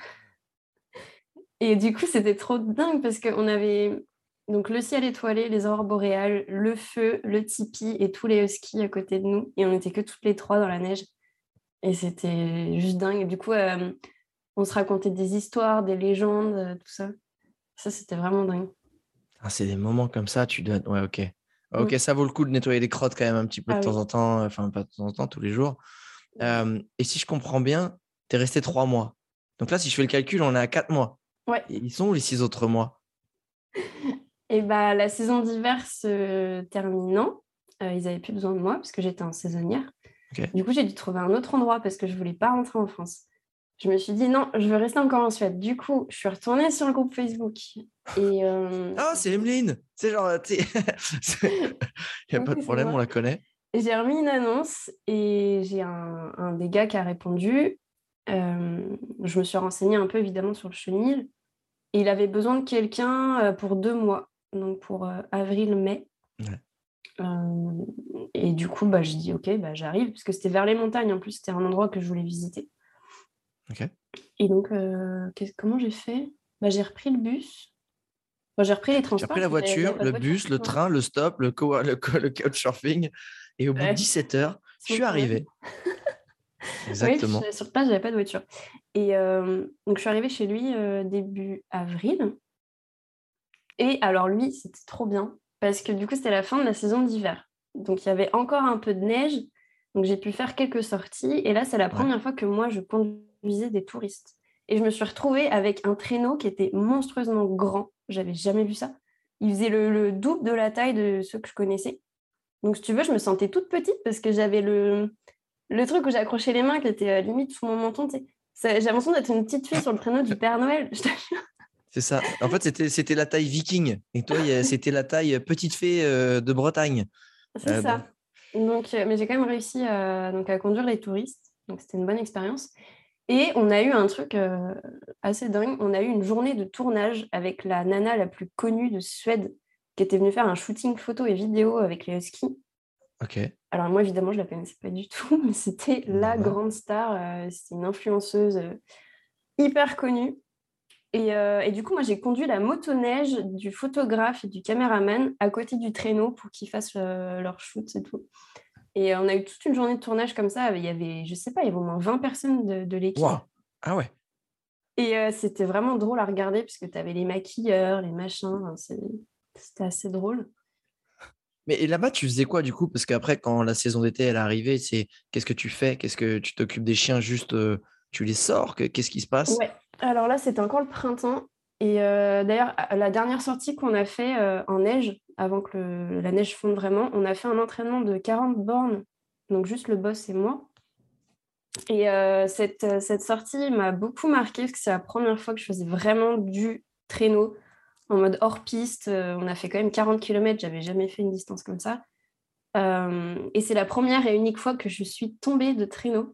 B: Et du coup, c'était trop dingue parce qu'on avait donc le ciel étoilé, les aurores boréales, le feu, le tipi et tous les huskies à côté de nous. Et on n'était que toutes les trois dans la neige. Et c'était juste dingue. Et du coup, on se racontait des histoires, des légendes, tout ça. Ça, c'était vraiment dingue.
A: Ah, c'est des moments comme ça, tu dois. Ouais, ok. Ok,
B: Mm.
A: ça vaut le coup de nettoyer les crottes quand même un petit peu de
B: Ah
A: temps
B: oui.
A: en temps, enfin pas de temps en temps, tous les jours. Et si je comprends bien, tu es resté 3 mois. Donc là, si je fais le calcul, on est à 4 mois.
B: Ouais.
A: Et ils sont où les 6 autres mois?
B: Et bah, la saison d'hiver se terminant, ils n'avaient plus besoin de moi parce que j'étais en saisonnière.
A: Ok.
B: Du coup, j'ai dû trouver un autre endroit parce que je ne voulais pas rentrer en France. Je me suis dit non, je veux rester encore en Suède. Du coup, je suis retournée sur le groupe Facebook. Et
A: Ah, c'est Emeline! C'est genre, tu sais, il n'y a pas de
B: oui, c'est
A: problème, on
B: moi.
A: la connaît.
B: J'ai remis une annonce et j'ai un des gars qui a répondu. Je me suis renseignée un peu évidemment sur le chenil. Et il avait besoin de quelqu'un pour 2 mois, donc pour avril-mai.
A: Ouais.
B: Et du coup, bah, j'ai dit ok, bah, j'arrive, parce que c'était vers les montagnes. En plus, c'était un endroit que je voulais visiter.
A: Ok.
B: Et donc, comment j'ai fait? Bah, j'ai repris le bus. Bon, j'ai repris les
A: J'ai
B: transports
A: repris la
B: parce que j'avais
A: voiture,
B: pas de
A: le
B: voiture.
A: bus, le
B: Ouais.
A: train, le stop, le couchsurfing. Et au bout de
B: Ouais,
A: 17 heures, je suis
B: spontané.
A: arrivé.
B: Oui,
A: Exactement.
B: sur place, j'avais pas de voiture. Et donc, je suis arrivée chez lui début avril. Et alors, lui, c'était trop bien parce que du coup, c'était la fin de la saison d'hiver. Donc, il y avait encore un peu de neige. Donc, j'ai pu faire quelques sorties. Et là, c'est la
A: Ouais.
B: première fois que moi, je conduisais des touristes. Et je me suis retrouvée avec un traîneau qui était monstrueusement grand. J'avais jamais vu ça. Il faisait le double de la taille de ceux que je connaissais. Donc, si tu veux, je me sentais toute petite parce que j'avais le truc où j'accrochais les mains qui était limite sous mon menton. Tu sais. J'ai l'impression d'être une petite fille sur le traîneau du Père Noël. Je te jure.
A: C'est ça. En fait, c'était la taille viking. Et toi, c'était la taille petite fée de Bretagne.
B: C'est
A: Donc,
B: ça. Donc, mais j'ai quand même réussi donc, à conduire les touristes. Donc, c'était une bonne expérience. Et on a eu un truc assez dingue. On a eu une journée de tournage avec la nana la plus connue de Suède qui était venue faire un shooting photo et vidéo avec les Huskies.
A: ok.
B: Alors moi, évidemment, je ne la connaissais pas du tout, mais c'était la
A: Normal.
B: grande star. C'était une influenceuse hyper connue. Et du coup, moi, j'ai conduit la motoneige du photographe et du caméraman à côté du traîneau pour qu'ils fassent leur shoot et tout. Et on a eu toute une journée de tournage comme ça. Il y avait, je sais pas, il y avait au moins 20 personnes de l'équipe.
A: Waouh. Ah ouais.
B: Et c'était vraiment drôle à regarder puisque tu avais les maquilleurs, les machins. Enfin, c'était assez drôle.
A: Mais et là-bas, tu faisais quoi du coup? Parce qu'après, quand la saison d'été elle est arrivée, c'est qu'est-ce que tu fais? Qu'est-ce que tu t'occupes des chiens juste tu les sors? Qu'est-ce qui se passe?
B: Ouais. Alors là, c'était encore le printemps. Et d'ailleurs, la dernière sortie qu'on a fait en neige, avant que la neige fonde vraiment, on a fait un entraînement de 40 bornes. Donc juste le boss et moi. Et cette sortie m'a beaucoup marquée parce que c'est la première fois que je faisais vraiment du traîneau en mode hors piste. On a fait quand même 40 km, j'avais jamais fait une distance comme ça. Et c'est la première et unique fois que je suis tombée de traîneau.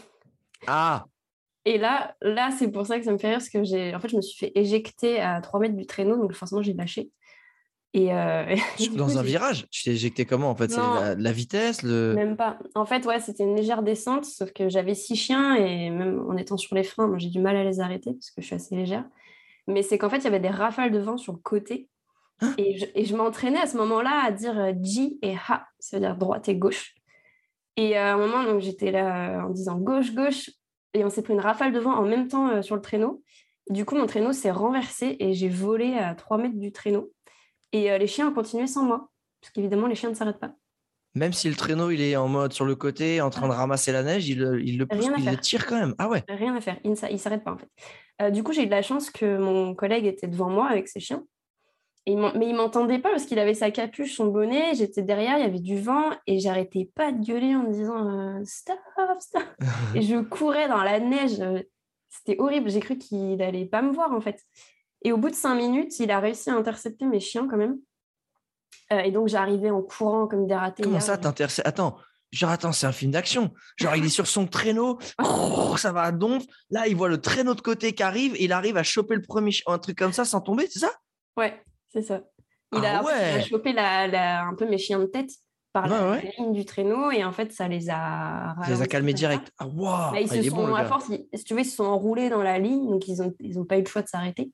A: Ah,
B: Et là c'est pour ça que ça me fait rire parce que en fait, je me suis fait éjecter à 3 mètres du traîneau, donc forcément j'ai lâché. Et, et du coup,
A: dans un virage, tu t'es éjecté comment en fait? C'est
B: Non,
A: la vitesse, le.
B: même pas. En fait, ouais, c'était une légère descente, sauf que j'avais 6 chiens et même en étant sur les freins, moi, j'ai du mal à les arrêter parce que je suis assez légère. Mais c'est qu'en fait, il y avait des rafales de vent sur le côté et je m'entraînais à ce moment-là à dire J et Ha, ça veut dire droite et gauche. Et à un moment, donc, j'étais là en disant gauche, gauche et on s'est pris une rafale de vent en même temps sur le traîneau. Du coup, mon traîneau s'est renversé et j'ai volé à 3 mètres du traîneau. Et les chiens ont continué sans moi, parce qu'évidemment, les chiens ne s'arrêtent pas.
A: Même si le traîneau il est en mode sur le côté, en train de ramasser la neige, il le pousse,
B: Rien à
A: il le
B: faire.
A: tire quand même. Ah ouais.
B: Rien à faire. Il ne s'arrête pas, en fait. Du coup, j'ai eu de la chance que mon collègue était devant moi avec ses chiens. Mais il m'entendait pas parce qu'il avait sa capuche, son bonnet. J'étais derrière, il y avait du vent et j'arrêtais pas de gueuler en me disant stop, stop. Et je courais dans la neige. C'était horrible. J'ai cru qu'il allait pas me voir, en fait. Et au bout de 5 minutes, il a réussi à intercepter mes chiens quand même. Et donc, j'arrivais en courant comme des ratés
A: Comment
B: hier.
A: ça t'intercepte? Attends, c'est un film d'action. Genre, il est sur son traîneau, ça va à donf. Là, il voit le traîneau de côté qui arrive, et il arrive à choper le premier chien, un truc comme ça sans tomber, c'est ça?
B: Ouais, c'est ça.
A: Ah
B: En plus, il a
A: ouais.
B: chopé un peu mes chiens de tête par
A: Ouais,
B: la
A: ouais.
B: ligne du traîneau et en fait, ça les a
A: Ça les a
B: ralentis
A: calmés
B: comme ça.
A: direct. Ah, waouh!
B: Bah, ils
A: Ah,
B: se
A: il est bon,
B: sont,
A: le
B: à
A: gars.
B: force, si tu veux, ils se sont enroulés dans la ligne, donc ils ont pas eu le choix de s'arrêter.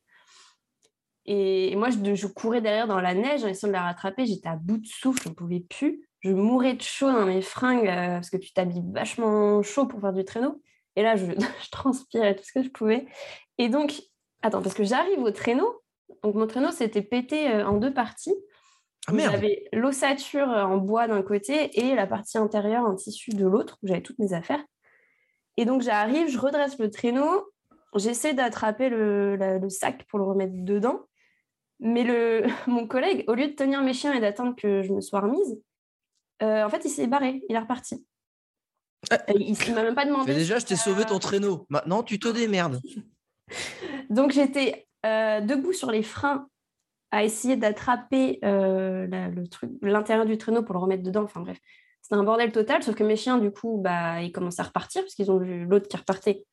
B: Et moi, je courais derrière dans la neige en essayant de la rattraper. J'étais à bout de souffle, je ne pouvais plus. Je mourais de chaud dans mes fringues parce que tu t'habilles vachement chaud pour faire du traîneau. Et là, je transpirais tout ce que je pouvais. Et donc, attends, parce que j'arrive au traîneau. Donc, mon traîneau s'était pété en deux parties.
A: Ah,
B: Donc,
A: merde!
B: j'avais l'ossature en bois d'un côté et la partie intérieure en tissu de l'autre, où j'avais toutes mes affaires. Et donc, j'arrive, je redresse le traîneau. J'essaie d'attraper le sac pour le remettre dedans. Mais mon collègue, au lieu de tenir mes chiens et d'attendre que je me sois remise, en fait, il s'est barré, il est reparti.
A: Ah,
B: Il m'a même pas
A: fait
B: demandé
A: déjà,
B: si
A: je t'ai sauvé ton traîneau. Maintenant, tu te démerdes.
B: Donc, j'étais debout sur les freins à essayer d'attraper l'intérieur du traîneau pour le remettre dedans. Enfin bref, c'était un bordel total, sauf que mes chiens, du coup, bah, ils commençaient à repartir parce qu'ils ont vu l'autre qui repartait.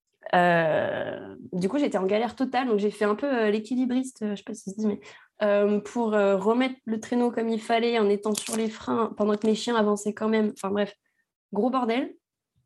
B: Du coup, j'étais en galère totale, donc j'ai fait un peu l'équilibriste, je sais pas si ça se dit, mais pour remettre le traîneau comme il fallait en étant sur les freins pendant que mes chiens avançaient quand même. Enfin bref, gros bordel.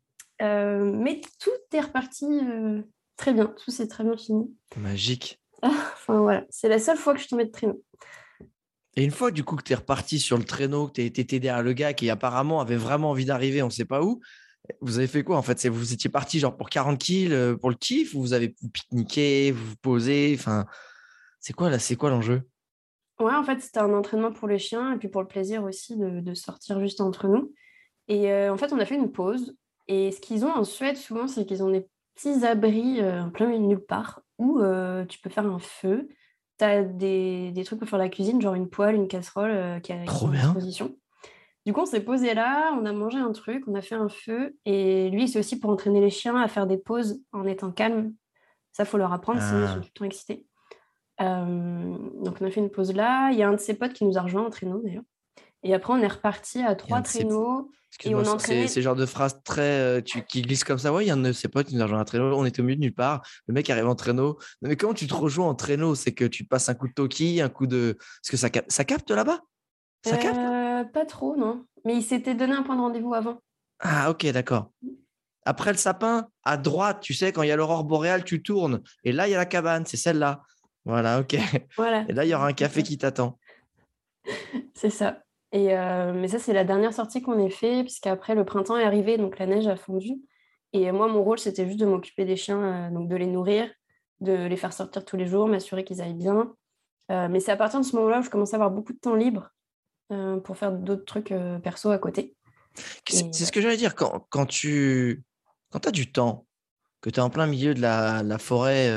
B: Mais tout est reparti très bien, tout s'est très bien fini.
A: Magique.
B: Enfin voilà, c'est la seule fois que je tombais de traîneau.
A: Et une fois, du coup, que tu es reparti sur le traîneau, que tu étais derrière le gars qui apparemment avait vraiment envie d'arriver, on ne sait pas où, vous avez fait quoi en fait? Vous étiez parti genre pour 40 kills pour le kiff ou vous avez pique-niqué, vous vous posez? Enfin, c'est quoi là? C'est quoi l'enjeu?
B: Ouais, en fait, c'était un entraînement pour les chiens et puis pour le plaisir aussi de sortir juste entre nous. Et en fait, on a fait une pause. Et ce qu'ils ont en Suède, souvent, c'est qu'ils ont des petits abris en plein milieu de nulle part où tu peux faire un feu. Tu as des trucs pour faire la cuisine, genre une poêle, une casserole qui
A: Trop
B: est à
A: bien.
B: disposition. Du coup, on s'est posé là, on a mangé un truc, on a fait un feu. Et lui, c'est aussi pour entraîner les chiens à faire des pauses en étant calmes. Ça, faut leur apprendre, sinon ils sont tout
A: Ah,
B: le temps excités. Donc, on a fait une pause là. Il y a un de ses potes qui nous a rejoint en traîneau, d'ailleurs. Et après, on est reparti à
A: il y a un
B: 3
A: de ces...
B: traîneaux et
A: Excuse-moi,
B: on
A: c'est
B: entraînait.
A: le genre de phrase très qui glisse comme ça. Ouais, il y a un de ses potes qui nous a rejoint un traîneau. On était au milieu de nulle part. Le mec arrive en traîneau. Mais comment tu te rejoins en traîneau? C'est que tu passes un coup de toki, un coup de. Parce que ça capte là-bas? Ça capte?
B: Pas trop, non. Mais il s'était donné un point de rendez-vous avant.
A: Ah, ok, d'accord. Après le sapin, à droite, tu sais, quand il y a l'aurore boréale, tu tournes. Et là, il y a la cabane, c'est celle-là. Voilà, ok.
B: Voilà,
A: Et là, il y aura un café qui t'attend.
B: c'est ça. Et, mais ça, c'est la dernière sortie qu'on ait fait, puisqu'après, le printemps est arrivé, donc la neige a fondu. Et moi, mon rôle, c'était juste de m'occuper des chiens, donc de les nourrir, de les faire sortir tous les jours, m'assurer qu'ils aillent bien. Mais c'est à partir de ce moment-là où je commençais à avoir beaucoup de temps libre pour faire d'autres trucs perso à côté. Et
A: C'est ce
B: ouais.
A: que j'allais dire. Quand tu as du temps, que tu es en plein milieu de la forêt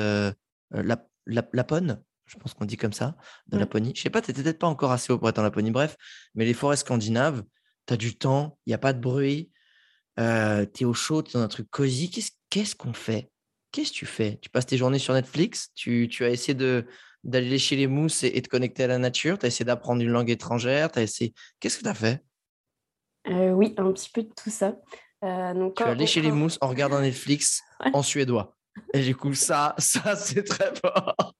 A: Laponne, je pense qu'on dit comme ça, de
B: Ouais.
A: Laponie. Je sais pas, tu n'étais peut-être pas encore assez haut pour être en Laponie, bref, mais les forêts scandinaves, tu as du temps, il n'y a pas de bruit, tu es au chaud, tu es dans un truc cosy. Qu'est-ce qu'on fait? Qu'est-ce que tu fais? Tu passes tes journées sur Netflix, tu as essayé d'aller lécher les mousses et te connecter à la nature, tu as essayé d'apprendre une langue étrangère, Qu'est-ce que tu as fait?
B: Oui, un petit peu de tout ça. Donc,
A: Tu as léché les mousses en regardant Netflix
B: Ouais.
A: en suédois. Et du coup, ça c'est très fort.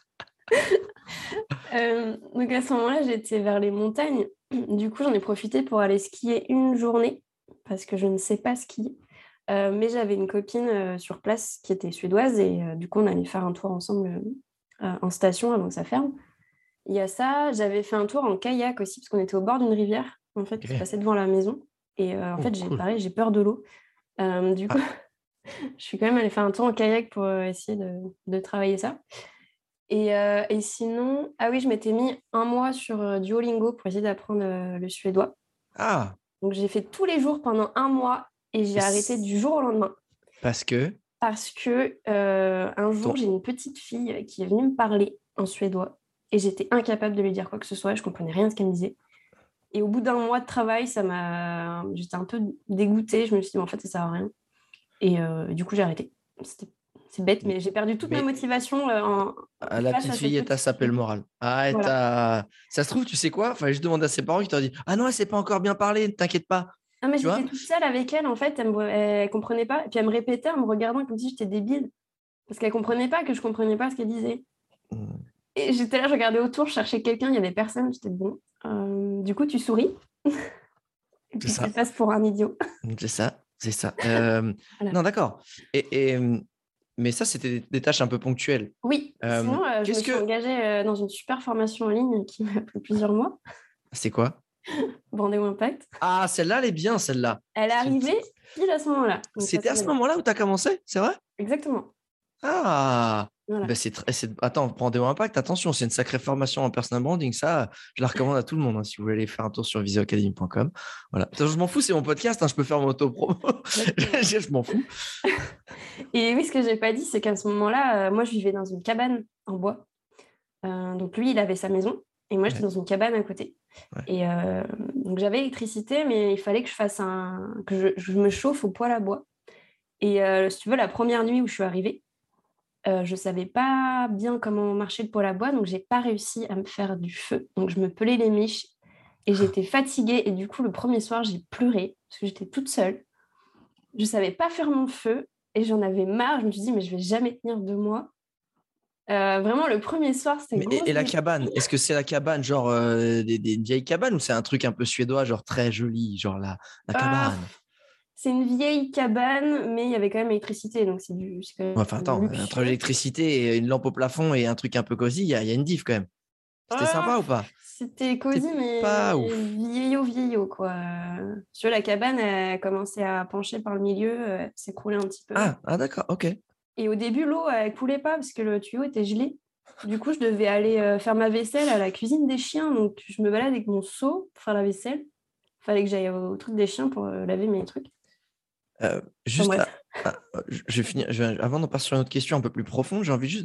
B: Donc à ce moment-là, j'étais vers les montagnes. Du coup, j'en ai profité pour aller skier une journée parce que je ne sais pas skier. Mais j'avais une copine sur place qui était suédoise et du coup, on allait faire un tour ensemble en station avant que ça ferme. Il y a ça, j'avais fait un tour en kayak aussi parce qu'on était au bord d'une rivière en fait qui
A: Ok.
B: passait devant la maison. Et en
A: Oh,
B: fait,
A: cool.
B: pareil, j'ai peur de l'eau. Du coup,
A: Ah,
B: je suis quand même allée faire un tour en kayak pour essayer de travailler ça. Et sinon, ah oui, je m'étais mis un mois sur Duolingo pour essayer d'apprendre le suédois.
A: ah.
B: Donc j'ai fait tous les jours pendant un mois et j'ai
A: Et
B: arrêté du jour au lendemain
A: parce que
B: parce que un jour,
A: ton...
B: j'ai une petite fille qui est venue me parler en suédois et j'étais incapable de lui dire quoi que ce soit, je comprenais rien à ce qu'elle me disait. Et au bout d'un mois de travail, j'étais un peu dégoûtée, je me suis dit, mais en fait, ça sert à rien. Et du coup, j'ai arrêté. C'est bête, mais j'ai perdu toute ma
A: Mais
B: motivation
A: la
B: face
A: petite
B: à
A: fille,
B: cette
A: elle t'a
B: petite
A: sapé le
B: fille.
A: moral. Ah,
B: Voilà.
A: ça se trouve, tu sais quoi? Fallait juste demander à ses parents qui t'ont dit ah non, elle sait pas encore bien parler, ne t'inquiète pas.
B: Non, mais
A: Tu
B: j'étais
A: vois?
B: toute seule avec elle, en fait, elle comprenait pas. Et puis elle me répétait en me regardant comme si j'étais débile, parce qu'elle comprenait pas que je comprenais pas ce qu'elle disait.
A: Hmm.
B: Et j'étais là, je regardais autour, je cherchais quelqu'un, il y avait personne, j'étais bon. Du coup, tu souris. Et
A: C'est
B: puis qu'il
A: ça.
B: passe pour un idiot.
A: C'est ça. C'est ça.
B: Voilà.
A: Non, d'accord. Mais ça, c'était des tâches un peu ponctuelles.
B: Oui, sinon, je me
A: Qu'est-ce
B: suis
A: que...
B: engagée dans une super formation en ligne qui m'a pris plusieurs mois,
A: C'est quoi?
B: Bordeaux Impact.
A: Ah, celle-là, elle est bien, celle-là.
B: Elle est arrivée pile à ce moment-là. Donc ça,
A: C'était
B: ça
A: à
B: va
A: ce
B: bien.
A: moment-là où tu as commencé, c'est vrai?
B: Exactement.
A: Ah,
B: Voilà.
A: ben attends, Brandéo Impact, attention, c'est une sacrée formation en personal branding. Ça, je la recommande à tout le monde, hein, si vous voulez aller faire un tour sur visioacademy.com. Voilà. Attends, je m'en fous, c'est mon podcast, hein, je peux faire mon auto-promo.
B: Exactement.
A: Je m'en fous.
B: Et oui, ce que j'ai pas dit, c'est qu'à ce moment-là, moi, je vivais dans une cabane en bois. Donc lui, il avait sa maison et moi, j'étais
A: Ouais,
B: dans une cabane à côté.
A: ouais.
B: Et donc j'avais l'électricité, mais il fallait que je me chauffe au poêle à bois. Et si tu veux, la première nuit où je suis arrivée, je savais pas bien comment marchait le poêle à bois, donc j'ai pas réussi à me faire du feu. Donc je me pelais les miches et j'étais fatiguée. Et du coup, le premier soir, j'ai pleuré parce que j'étais toute seule. Je savais pas faire mon feu et j'en avais marre. Je me suis dit, mais je vais jamais tenir 2 mois. Vraiment, le premier soir, c'était
A: Mais,
B: grosse
A: et la
B: dépression.
A: cabane, est-ce que c'est la cabane, genre une vieille cabane ou c'est un truc un peu suédois, genre très joli, genre la
B: Ah,
A: cabane?
B: c'est une vieille cabane, mais il y avait quand même l'électricité, donc c'est quand
A: Ouais, enfin,
B: même
A: attends, entre
B: luxueux.
A: l'électricité et une lampe au plafond et un truc un peu cosy, il y a une diff quand même. C'était
B: Ah,
A: sympa ou pas?
B: c'était
A: C'était
B: cosy, mais
A: pas ouf.
B: vieillot, quoi. Tu vois, la cabane, elle commençait à pencher par le milieu, elle s'écroulait un petit peu.
A: Ah, d'accord, ok.
B: Et au début, l'eau, elle coulait pas parce que le tuyau était gelé. Du coup, je devais aller faire ma vaisselle à la cuisine des chiens, donc je me balade avec mon seau pour faire la vaisselle. Fallait que j'aille au truc des chiens pour laver mes trucs. Enfin
A: Juste,
B: bref.
A: je vais finir, avant d'en passer sur une autre question un peu plus profonde, j'ai envie juste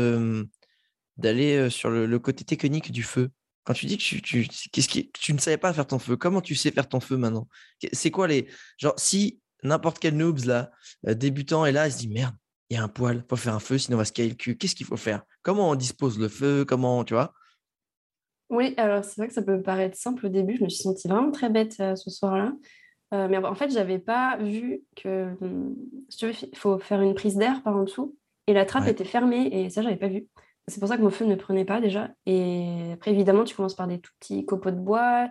A: d'aller sur le côté technique du feu. Quand tu dis que tu ne savais pas faire ton feu, comment tu sais faire ton feu maintenant? C'est quoi les... Genre, si n'importe quel noobs là, débutant est là, il se dit merde, il y a un poêle, faut faire un feu, sinon on va se cailler le cul. Qu'est-ce qu'il faut faire? Comment on dispose le feu? Comment, tu vois?
B: Oui, alors c'est vrai que ça peut paraître simple au début. Je me suis sentie vraiment très bête ce soir-là. Mais en fait, j'avais pas vu que, si tu veux, il faut faire une prise d'air par en dessous. Et la trappe
A: Ouais,
B: était fermée et ça, j'avais pas vu. C'est pour ça que mon feu ne prenait pas déjà. Et après, évidemment, tu commences par des tout petits copeaux de bois.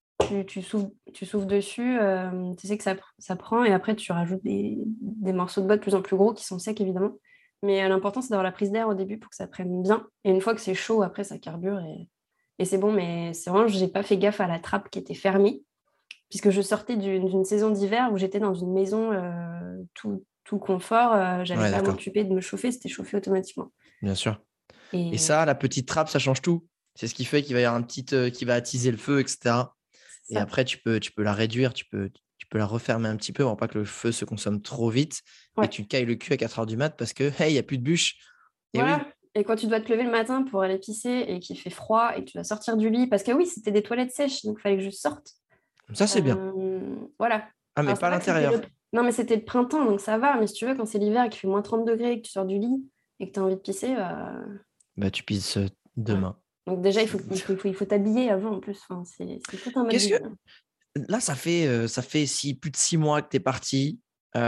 B: Tu souffles dessus. Tu sais que ça prend. Et après, tu rajoutes des morceaux de bois de plus en plus gros qui sont secs, évidemment. Mais l'important, c'est d'avoir la prise d'air au début pour que ça prenne bien. Et une fois que c'est chaud, après, ça carbure et c'est bon. Mais c'est vraiment, j'ai pas fait gaffe à la trappe qui était fermée puisque je sortais d'une saison d'hiver où j'étais dans une maison tout confort. J'avais
A: ouais,
B: pas à
A: d'accord,
B: m'occuper de me chauffer, c'était chauffé automatiquement.
A: bien sûr. Et
B: Et
A: ça, la petite trappe, ça change tout. C'est ce qui fait qu'il va y avoir un petit, qui va attiser le feu, etc.
B: c'est
A: Et
B: ça.
A: après, tu peux la réduire, tu peux la refermer un petit peu pour pas que le feu se consomme trop vite et
B: Ouais.
A: tu te cailles le cul à 4 heures du mat parce que, hey, il n'y a plus de bûche. Et
B: Voilà.
A: oui,
B: Et quand tu dois te lever le matin pour aller pisser et qu'il fait froid et que tu dois sortir du lit, parce que oui, c'était des toilettes sèches, donc il fallait que je sorte.
A: ça c'est bien.
B: Voilà.
A: Ah, mais
B: Alors c'est
A: pas à
B: vrai que c'était le...
A: l'intérieur.
B: Non, mais c'était le printemps, donc ça va. Mais si tu veux, quand c'est l'hiver et qu'il fait moins 30 degrés et que tu sors du lit et que tu as envie de pisser,
A: Bah, tu pisses
B: voilà.
A: demain.
B: Donc déjà,
A: C'est-
B: il faut t'habiller avant en plus. Enfin, c'est tout un mode de
A: Qu'est-ce que...
B: vie.
A: Là, ça fait plus de 6 mois que tu es parti. Tu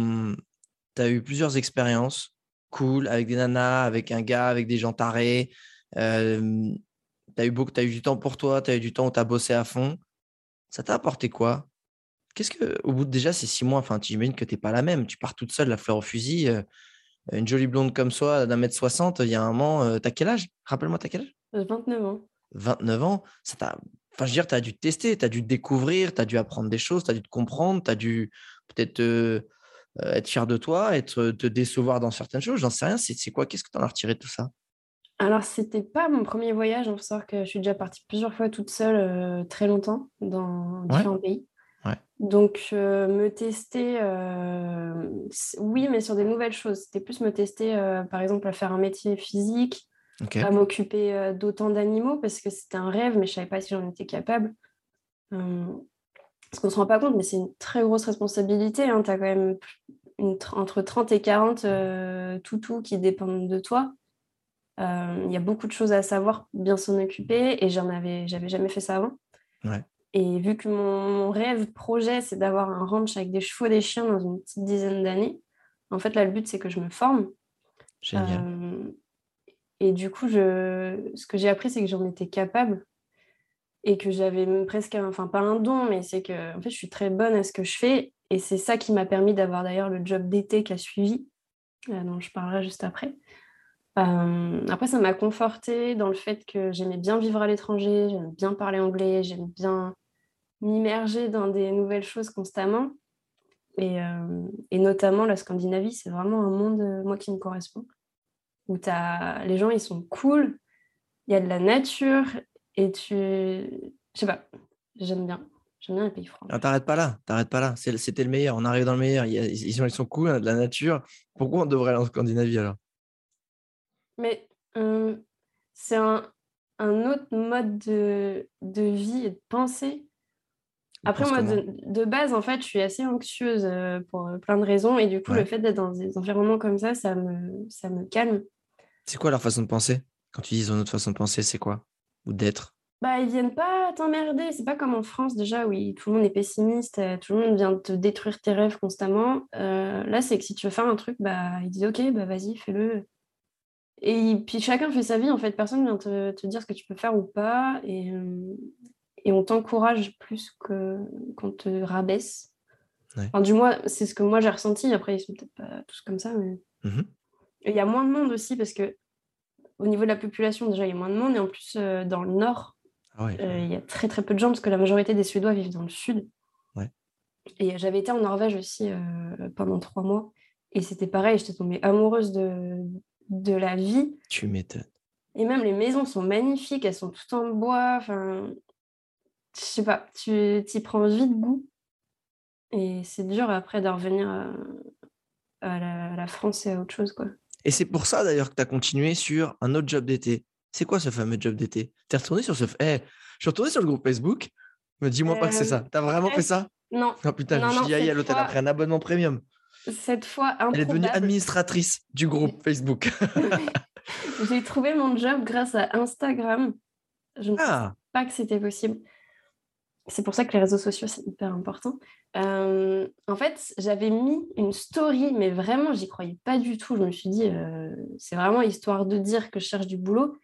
A: as eu plusieurs expériences cool avec des nanas, avec un gars, avec des gens tarés. Euh, t'as eu du temps pour toi, tu as eu du temps où tu as bossé à fond. Ça t'a apporté quoi? Qu'est-ce que, au bout de déjà ces 6 mois, enfin, tu imagines que t'es pas la même. Tu pars toute seule, la fleur au fusil. Une jolie blonde comme soi, d'1,60 m, il y a un moment, t'as quel âge? Rappelle-moi, t'as quel âge?
B: 29 ans.
A: 29 ans. Enfin, je veux dire, t'as dû te tester, t'as dû te découvrir, t'as dû apprendre des choses, t'as dû te comprendre, t'as dû peut-être être fier de toi, te décevoir dans certaines choses. J'en sais rien. C'est quoi? Qu'est-ce que t'en as retiré de tout ça?
B: Alors, c'était pas mon premier voyage. Il faut savoir que je suis déjà partie plusieurs fois toute seule, très longtemps, dans
A: Ouais,
B: différents pays.
A: ouais,
B: Donc, me tester, oui, mais sur des nouvelles choses. C'était plus me tester, par exemple, à faire un métier physique,
A: ok,
B: à m'occuper d'autant d'animaux, parce que c'était un rêve, mais je savais pas si j'en étais capable. Euh, Parce qu'on se rend pas compte, mais c'est une très grosse responsabilité. Hein. Tu as quand même entre 30 et 40 toutous qui dépendent de toi. Il y a beaucoup de choses à savoir, bien s'en occuper, et j'avais jamais fait ça avant.
A: ouais,
B: Et vu que mon rêve, projet, c'est d'avoir un ranch avec des chevaux, des chiens dans une petite dizaine d'années, en fait, là, le but, c'est que je me forme.
A: génial.
B: Euh, et du coup, ce que j'ai appris, c'est que j'en étais capable. et que j'avais même presque, enfin pas un don, mais c'est que en fait, je suis très bonne à ce que je fais. Et c'est ça qui m'a permis d'avoir d'ailleurs le job d'été qui a suivi, dont je parlerai juste après. Après, ça m'a confortée dans le fait que j'aimais bien vivre à l'étranger, j'aime bien parler anglais, j'aime bien m'immerger dans des nouvelles choses constamment. Et notamment la Scandinavie, c'est vraiment un monde, moi, qui me correspond, où les gens, ils sont cool, il y a de la nature, et je sais pas, j'aime bien. J'aime bien les pays froids.
A: Ah, t'arrêtes pas là. C'était le meilleur. On arrive dans le meilleur. Ils sont cool, hein, de la nature. Pourquoi on devrait aller en Scandinavie alors?
B: Mais c'est un autre mode de vie et de pensée.
A: On
B: Après,
A: pense
B: moi,
A: comment?
B: de base, en fait, je suis assez anxieuse pour plein de raisons. Et du coup, le
A: Ouais.
B: fait d'être dans des environnements comme ça me calme.
A: C'est quoi leur façon de penser? Quand tu dis une autre façon de penser, c'est quoi? Ou d'être?
B: Bah, ils viennent pas t'emmerder. C'est pas comme en France, déjà, où tout le monde est pessimiste, tout le monde vient te détruire tes rêves constamment. Là, c'est que si tu veux faire un truc, bah, ils disent OK, bah, vas-y, fais-le. Et puis chacun fait sa vie, en fait. Personne vient te dire ce que tu peux faire ou pas. Et on t'encourage plus qu'on te rabaisse.
A: Ouais.
B: Enfin, du moins, c'est ce que moi j'ai ressenti. Après, ils sont peut-être pas tous comme ça. Mais
A: Mhm.
B: il y a moins de monde aussi parce que au niveau de la population, déjà, il y a moins de monde. Et en plus, dans le nord,
A: Ah ouais.
B: il y a très très peu de gens parce que la majorité des Suédois vivent dans le sud.
A: Ouais.
B: Et j'avais été en Norvège aussi pendant 3 mois. Et c'était pareil, j'étais tombée amoureuse de la vie.
A: Tu m'étonnes.
B: Et même les maisons sont magnifiques, elles sont toutes en bois. Enfin, je sais pas, tu t'y prends vite goût. Et c'est dur après de revenir à la France et à autre chose, quoi.
A: Et c'est pour ça d'ailleurs que tu as continué sur un autre job d'été. C'est quoi ce fameux job d'été? T'es retourné sur je suis retourné sur le groupe Facebook. Me dis-moi pas que c'est
B: Euh,
A: ça. T'as vraiment fait ça?
B: non,
A: Oh putain, je me
B: non,
A: suis
B: non,
A: dit, aïe, l'autre, elle a pris un abonnement premium.
B: cette fois
A: Elle est devenue
B: improbable.
A: administratrice du groupe Facebook.
B: J'ai trouvé mon job grâce à Instagram. Je ne pensais
A: Ah,
B: pas que c'était possible. C'est pour ça que les réseaux sociaux, c'est hyper important. En fait, j'avais mis une story, mais vraiment, j'y croyais pas du tout. Je me suis dit, c'est vraiment histoire de dire que je cherche du boulot.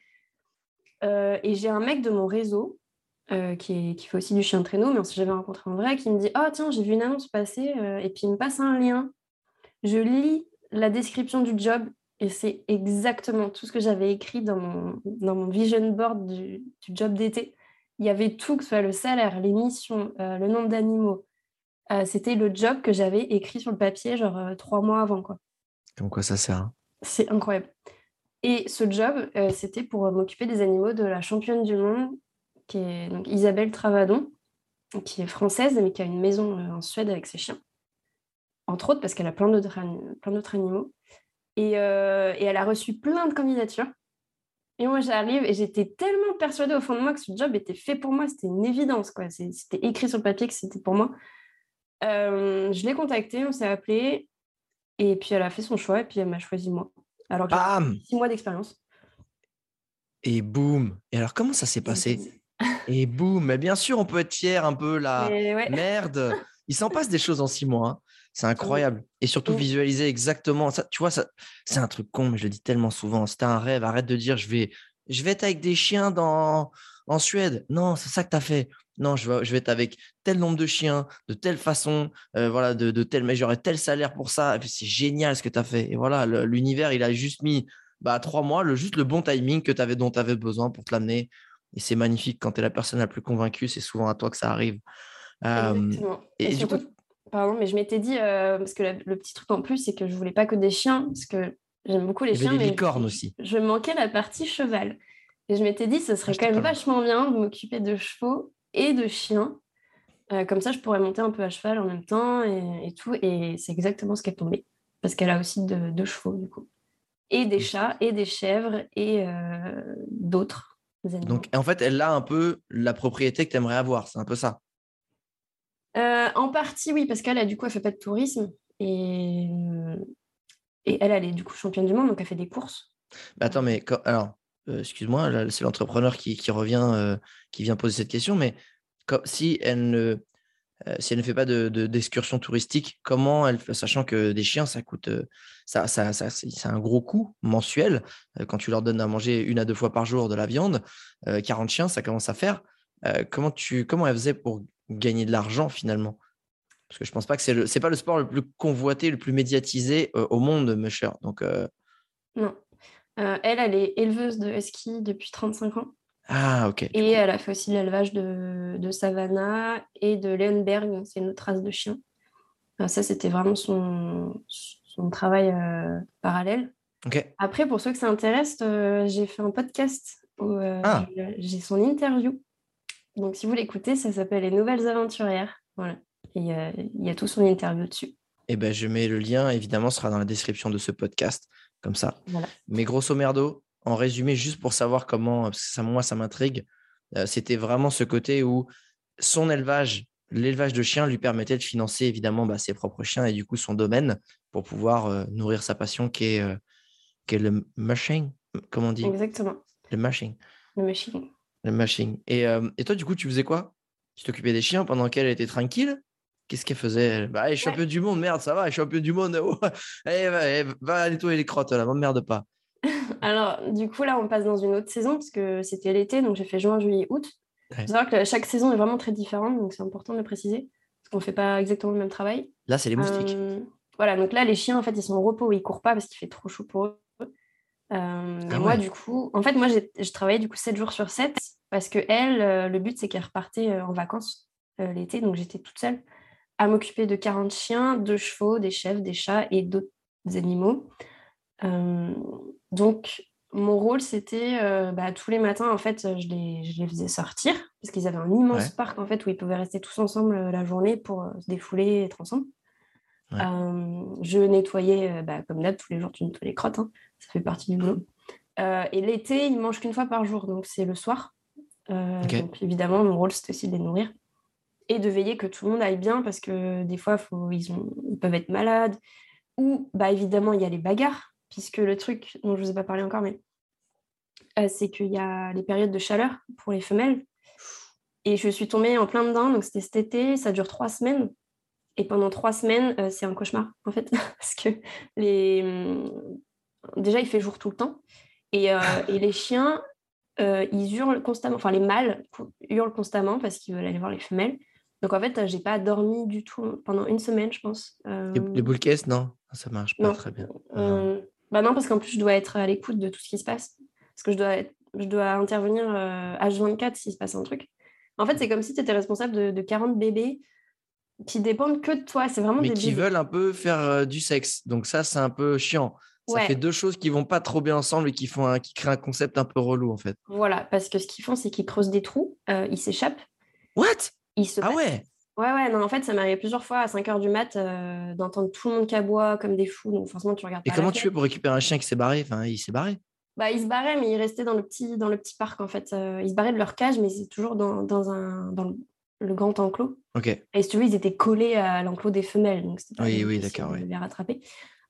B: Et j'ai un mec de mon réseau qui fait aussi du chien de traîneau, mais on s'est jamais rencontré en vrai, qui me dit, oh tiens, j'ai vu une annonce passer, et puis il me passe un lien. Je lis la description du job et c'est exactement tout ce que j'avais écrit dans mon vision board du job d'été. Il y avait tout, que ce soit le salaire, les missions, le nombre d'animaux. C'était le job que j'avais écrit sur le papier, genre 3 mois avant, quoi.
A: comme quoi ça sert, hein.
B: C'est incroyable. Et ce job, c'était pour m'occuper des animaux de la championne du monde, qui est donc Isabelle Travadon, qui est française, mais qui a une maison en Suède avec ses chiens. Entre autres parce qu'elle a plein d'autres animaux. Et elle a reçu plein de candidatures. Et moi, j'arrive et j'étais tellement persuadée au fond de moi que ce job était fait pour moi. C'était une évidence, quoi. C'était écrit sur le papier que c'était pour moi. Je l'ai contactée, on s'est appelé. Et puis, elle a fait son choix et puis elle m'a choisi moi. Alors que j'avais
A: Bam!
B: 6 mois d'expérience.
A: Et boum! Et alors, comment ça s'est passé?
B: Et-
A: Et boum! Mais bien sûr, on peut être fier un peu, la
B: Mais ouais.
A: merde. Il s'en passe des choses en 6 mois, hein. C'est incroyable. Et surtout,
B: Mm.
A: visualiser exactement ça. Tu vois, ça, c'est un truc con, mais je le dis tellement souvent. Si t'as un rêve, arrête de dire je vais être avec des chiens en Suède. Non, c'est ça que tu as fait. Non, je vais être avec tel nombre de chiens, de telle façon, voilà, de telle, mais j'aurai tel salaire pour ça. Et puis, c'est génial ce que tu as fait. Et voilà, l'univers, il a juste mis 3 mois, juste le bon timing dont tu avais besoin pour te l'amener. Et c'est magnifique. Quand tu es la personne la plus convaincue, c'est souvent à toi que ça arrive.
B: Exactement. Et
A: Et du coup,
B: surtout, pardon, mais je m'étais dit, parce que le petit truc en plus, c'est que je voulais pas que des chiens, parce que j'aime beaucoup les
A: il y avait
B: chiens,
A: des
B: mais
A: licornes aussi.
B: je manquais la partie cheval. Et je m'étais dit, ce
A: Ah,
B: serait quand
A: j'étais
B: même
A: pas loin.
B: vachement bien de m'occuper de chevaux et de chiens. Comme ça, je pourrais monter un peu à cheval en même temps et tout. Et c'est exactement ce qui est tombé. Parce qu'elle a aussi deux chevaux, du coup. Et des chats, et des chèvres, et d'autres animaux.
A: Donc, en fait, elle a un peu la propriété que tu aimerais avoir. C'est un peu ça.
B: En partie, oui, parce qu'elle, du coup, elle fait pas de tourisme. Et elle est du coup championne du monde, donc elle fait des courses.
A: Mais attends, mais alors, excuse-moi, là, c'est l'entrepreneur qui revient, qui vient poser cette question, mais si elle ne fait pas d'excursion touristique, sachant que des chiens, ça coûte, c'est un gros coût mensuel, quand tu leur donnes à manger 1 à 2 fois par jour de la viande, 40 chiens, ça commence à faire. comment elle faisait pour gagner de l'argent finalement? Parce que je pense pas que c'est pas le sport le plus convoité, le plus médiatisé au monde, ma chère. Donc,
B: Non. Elle est éleveuse de husky depuis 35 ans.
A: ah, ok, du
B: Et
A: coup.
B: elle a fait aussi l'élevage de Savannah et de Leonberg, c'est une autre race de chien. Ça, c'était vraiment son travail parallèle.
A: Ok.
B: Après, pour ceux que ça intéresse, j'ai fait un podcast où
A: Ah,
B: j'ai son interview. Donc, si vous l'écoutez, ça s'appelle Les Nouvelles Aventurières. Voilà. Et il y a tout son interview dessus.
A: eh ben, je mets le lien, évidemment, ce sera dans la description de ce podcast, comme ça.
B: Voilà.
A: Mais grosso merdo, en résumé, juste pour savoir comment, parce que ça, moi, ça m'intrigue, c'était vraiment ce côté où son élevage, l'élevage de chiens lui permettait de financer évidemment ses propres chiens et du coup son domaine pour pouvoir nourrir sa passion qui est le mushing, comme on dit,
B: Exactement.
A: le mushing,
B: Le machine.
A: le mushing. Et toi, du coup, tu faisais quoi? Tu t'occupais des chiens pendant qu'elle était tranquille? Qu'est-ce qu'elle faisait, elle? Bah, elle est
B: Ouais.
A: championne du monde, merde, ça va, elle est championne du monde. Oh. Va nettoyer les crottes, là, m'emmerde pas.
B: Alors, du coup, là, on passe dans une autre saison parce que c'était l'été, donc j'ai fait juin, juillet, août. Il
A: Ouais.
B: faut savoir que chaque saison est vraiment très différente, donc c'est important de le préciser parce qu'on ne fait pas exactement le même travail.
A: Là, c'est les moustiques.
B: Euh, voilà, donc là, les chiens, en fait, ils sont au repos, ils courent pas parce qu'il fait trop chaud pour eux. Mais
A: Ah
B: moi,
A: ouais,
B: du coup, en fait, moi, je travaillais du coup 7 jours sur 7 parce que elle, le but, c'est qu'elle repartait en vacances l'été, donc j'étais toute seule à m'occuper de 40 chiens, 2 chevaux, des chèvres, des chats et d'autres animaux. Euh, donc, mon rôle, c'était tous les matins, en fait, je les faisais sortir parce qu'ils avaient un immense
A: ouais,
B: parc en fait où ils pouvaient rester tous ensemble la journée pour se défouler, être ensemble.
A: ouais.
B: Je nettoyais, comme d'hab, tous les jours, tu nettoies les crottes, hein, ça fait partie du boulot. Et l'été, ils mangent qu'une fois par jour, donc c'est le soir.
A: Ok.
B: Donc évidemment, mon rôle, c'était aussi de les nourrir et de veiller que tout le monde aille bien parce que des fois, ils peuvent être malades ou évidemment, il y a les bagarres, puisque le truc dont je ne vous ai pas parlé encore, mais c'est qu'il y a les périodes de chaleur pour les femelles. Et je suis tombée en plein dedans, donc c'était cet été, ça dure 3 semaines. Et pendant 3 semaines, c'est un cauchemar, en fait, parce que déjà, il fait jour tout le temps. Et les chiens, ils hurlent constamment, enfin les mâles hurlent constamment parce qu'ils veulent aller voir les femelles. Donc en fait, j'ai pas dormi du tout pendant une semaine, je pense.
A: Les boules caisses, non, ça marche pas
B: Non.
A: très bien. Non.
B: Euh, non, parce qu'en plus, je dois être à l'écoute de tout ce qui se passe. Parce que je dois intervenir H24 s'il se passe un truc. En fait, c'est comme si tu étais responsable de 40 bébés qui dépendent que de toi. C'est vraiment
A: Mais
B: des
A: qui
B: bébés.
A: veulent un peu faire du sexe. Donc ça, c'est un peu chiant. Ça fait
B: Ouais,
A: deux choses qui vont pas trop bien ensemble et qui créent un concept un peu relou en fait.
B: voilà. Parce que ce qu'ils font, c'est qu'ils creusent des trous, ils s'échappent,
A: What?
B: ils se
A: Ah
B: battent.
A: ouais?
B: Ouais, ouais, non, en fait, ça m'est arrivé plusieurs fois à 5 heures du mat d'entendre tout le monde qui aboie comme des fous. Donc forcément, tu regardes
A: Et
B: pas la
A: comment tu fais
B: fenêtre.
A: pour récupérer un chien qui s'est barré? Enfin, il s'est barré.
B: Ils se barraient, mais ils restaient dans le petit parc, en fait. Ils se barraient de leur cage, mais c'est toujours dans le grand enclos.
A: Ok.
B: Et si tu veux, ils étaient collés à l'enclos des femelles, donc c'était pas
A: Oui,
B: bien
A: oui,
B: possible
A: d'accord,
B: de
A: oui.
B: les rattraper.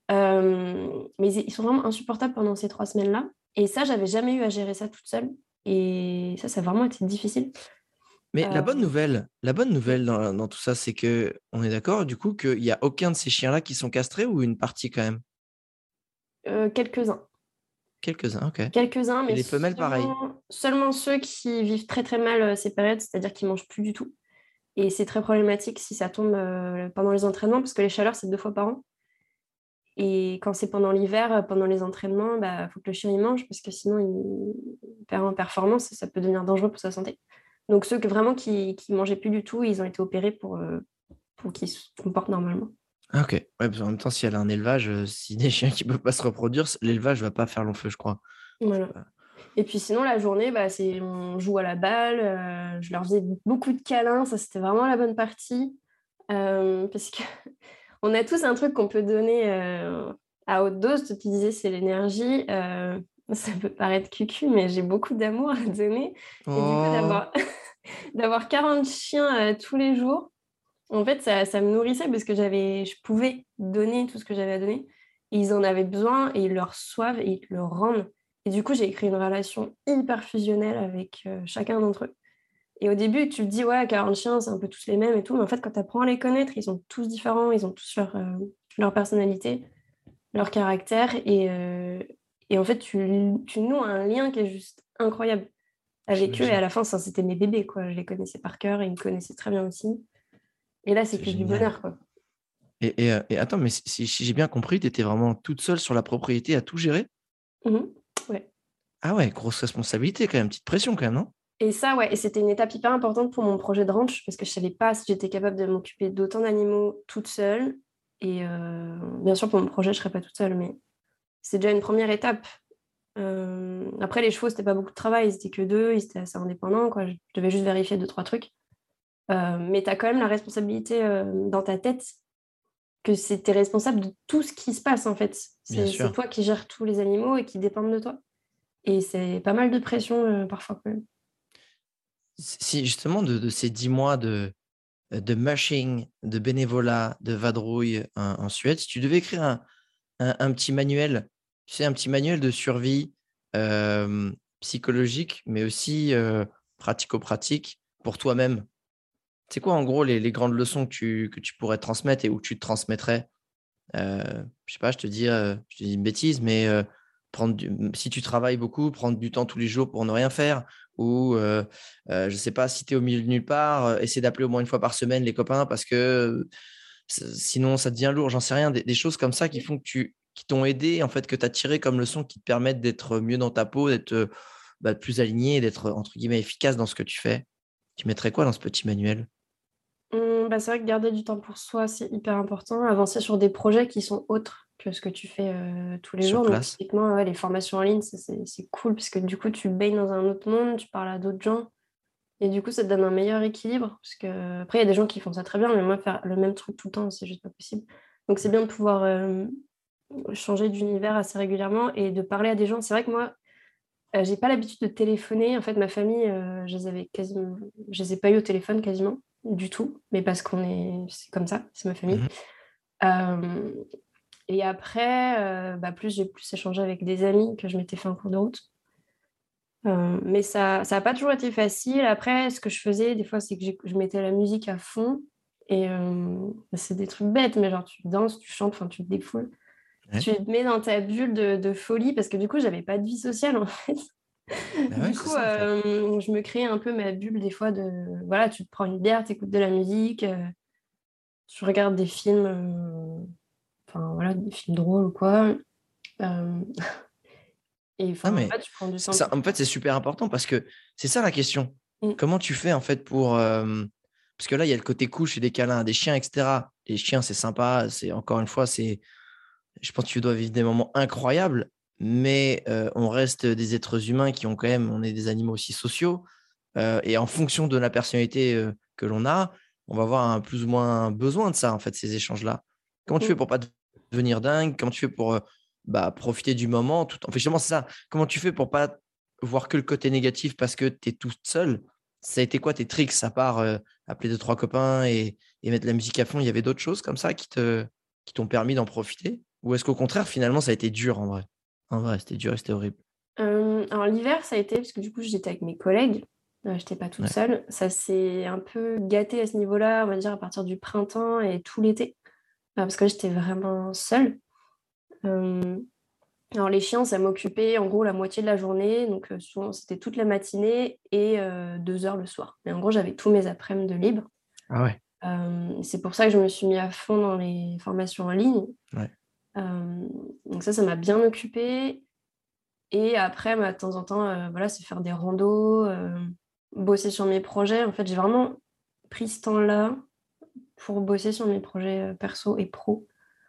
B: Mais ils sont vraiment insupportables pendant ces 3 semaines-là. Et ça, j'avais jamais eu à gérer ça toute seule. Et ça a vraiment été difficile.
A: Mais
B: Euh,
A: la bonne nouvelle dans tout ça, c'est que on est d'accord du coup qu'il n'y a aucun de ces chiens-là qui sont castrés ou une partie quand même?
B: quelques-uns.
A: Quelques-uns, ok.
B: Quelques-uns,
A: Et
B: mais
A: les femelles, pareil.
B: seulement ceux qui vivent très très mal ces périodes, c'est-à-dire qu'ils mangent plus du tout. Et c'est très problématique si ça tombe pendant les entraînements, parce que les chaleurs, c'est 2 fois par an. Et quand c'est pendant l'hiver, pendant les entraînements, il faut que le chien il mange, parce que sinon il perd en performance et ça peut devenir dangereux pour sa santé. Donc ceux vraiment qui mangeaient plus du tout, ils ont été opérés pour qu'ils se comportent normalement.
A: Ah, ok. Ouais, parce qu'en même temps, si elle a un élevage, si des chiens qui ne peuvent pas se reproduire, l'élevage va pas faire long feu, je crois.
B: Voilà. Et puis sinon, la journée, on joue à la balle, je leur faisais beaucoup de câlins, ça c'était vraiment la bonne partie. Parce que on a tous un truc qu'on peut donner à haute dose. Tu disais, c'est l'énergie. Ça peut paraître cucu, mais j'ai beaucoup d'amour à donner. Et du coup,
A: Oh,
B: d'avoir 40 chiens tous les jours, en fait, ça me nourrissait parce que je pouvais donner tout ce que j'avais à donner. Et ils en avaient besoin et ils le reçoivent et ils le rendent. Et du coup, j'ai créé une relation hyper fusionnelle avec chacun d'entre eux. Et au début, tu te dis, ouais, 40 chiens, c'est un peu tous les mêmes et tout. Mais en fait, quand tu apprends à les connaître, ils sont tous différents, ils ont tous leur personnalité, leur caractère. Et en fait, tu noues un lien qui est juste incroyable. avec eux. Et à
A: j'imagine.
B: la fin, ça, c'était mes bébés, quoi. Je les connaissais par cœur et ils me connaissaient très bien aussi. Et là, c'est
A: C'est
B: que du
A: génial.
B: bonheur, quoi.
A: Et attends, mais si j'ai bien compris, tu étais vraiment toute seule sur la propriété à tout gérer?
B: Mhm. Ouais.
A: Ah ouais, grosse responsabilité quand même, petite pression quand même, non?
B: Et ça, ouais, et c'était une étape hyper importante pour mon projet de ranch parce que je savais pas si j'étais capable de m'occuper d'autant d'animaux toute seule. Et bien sûr, pour mon projet, je serais pas toute seule, mais c'est déjà une première étape. Après, les chevaux, c'était pas beaucoup de travail, ils étaient que deux, ils étaient assez indépendants, quoi. Je devais juste vérifier deux, trois trucs. Mais tu as quand même la responsabilité dans ta tête que tu es responsable de tout ce qui se passe, en fait.
A: Bien
B: C'est
A: sûr.
B: toi qui gères tous les animaux et qui dépendent de toi. Et c'est pas mal de pression parfois, quand même.
A: Si justement de ces 10 mois de mushing, de bénévolat, de vadrouille en Suède, si tu devais écrire un petit manuel, tu sais, un petit manuel de survie, psychologique, mais aussi, pratico-pratique pour toi-même. C'est quoi en gros les grandes leçons que tu pourrais transmettre et où tu te transmettrais? Je sais pas, je te dis une bêtise, mais, si tu travailles beaucoup, prendre du temps tous les jours pour ne rien faire ou, je sais pas, si tu es au milieu de nulle part, essayer d'appeler au moins une fois par semaine les copains parce que, sinon ça devient lourd, j'en sais rien. Des choses comme ça qui font qui t'ont aidé, en fait, que tu as tiré comme leçon qui te permettent d'être mieux dans ta peau, d'être, plus aligné, d'être, entre guillemets «efficace» dans ce que tu fais. Tu mettrais quoi dans ce petit manuel?
B: Bah, c'est vrai que garder du temps pour soi, c'est hyper important. Avancer sur des projets qui sont autres que ce que tu fais tous les
A: Sur
B: jours. Donc,
A: place?
B: typiquement, ouais, les formations en ligne, c'est cool parce que du coup, tu baignes dans un autre monde, tu parles à d'autres gens. Et du coup, ça te donne un meilleur équilibre. Parce que, après, il y a des gens qui font ça très bien, mais moi, faire le même truc tout le temps, c'est juste pas possible. Donc, c'est bien de pouvoir changer d'univers assez régulièrement et de parler à des gens. C'est vrai que moi, j'ai pas l'habitude de téléphoner. En fait, ma famille, je les ai pas eu au téléphone quasiment du tout, mais parce c'est comme ça, c'est ma famille.
A: Mmh.
B: Euh, et après, j'ai plus échangé avec des amis que je m'étais fait en cours de route. Mais ça a pas toujours été facile. Après, ce que je faisais, des fois, c'est que je mettais la musique à fond. Et c'est des trucs bêtes, mais genre tu danses, tu chantes, enfin tu te défoules.
A: Ouais.
B: Tu te mets dans ta bulle de folie parce que du coup, j'avais pas de vie sociale en fait.
A: Bah, ouais,
B: Du
A: c'est
B: coup,
A: ça, en fait.
B: je me créais un peu ma bulle des fois de voilà, tu te prends une bière, tu écoutes de la musique, tu regardes des films, enfin voilà, des films drôles ou quoi. Euh, et
A: Non,
B: enfin,
A: mais
B: là, tu prends du temps
A: ça,
B: pour
A: en fait,
B: toi.
A: c'est super important parce que c'est ça la question.
B: Mm.
A: Comment tu fais, en fait, pour, parce que là, il y a le côté couche et des câlins, des chiens et cetera. Les chiens, c'est sympa, c'est encore une fois, je pense que tu dois vivre des moments incroyables, mais on reste des êtres humains qui ont quand même on est des animaux aussi sociaux, et en fonction de la personnalité, que l'on a, on va avoir un plus ou moins besoin de ça, en fait, ces échanges-là. Comment tu fais
B: Mm.
A: pour pas devenir dingue? Comment tu fais pour, profiter du moment tout en fait, justement, c'est ça. Comment tu fais pour pas voir que le côté négatif parce que tu es toute seule? Ça a été quoi tes tricks à part, appeler deux trois copains et mettre la musique à fond? Il y avait d'autres choses comme ça qui t'ont permis d'en profiter? Ou est-ce qu'au contraire, finalement, ça a été dur en vrai? En vrai, c'était dur et c'était horrible.
B: Alors l'hiver, ça a été, parce que du coup, j'étais avec mes collègues, j'étais pas toute
A: Ouais.
B: seule. Ça s'est un peu gâté à ce niveau-là, on va dire à partir du printemps et tout l'été, parce que là, j'étais vraiment seule. Euh, alors les chiens, ça m'occupait en gros la moitié de la journée, donc souvent c'était toute la matinée et 2 heures le soir. Mais en gros, j'avais tous mes après-midi de libre.
A: Ah ouais.
B: C'est pour ça que je me suis mis à fond dans les formations en ligne.
A: Ouais.
B: Donc ça m'a bien occupée. Et après, de temps en temps, voilà, c'est faire des randos, bosser sur mes projets. En fait, j'ai vraiment pris ce temps-là pour bosser sur mes projets perso et pro.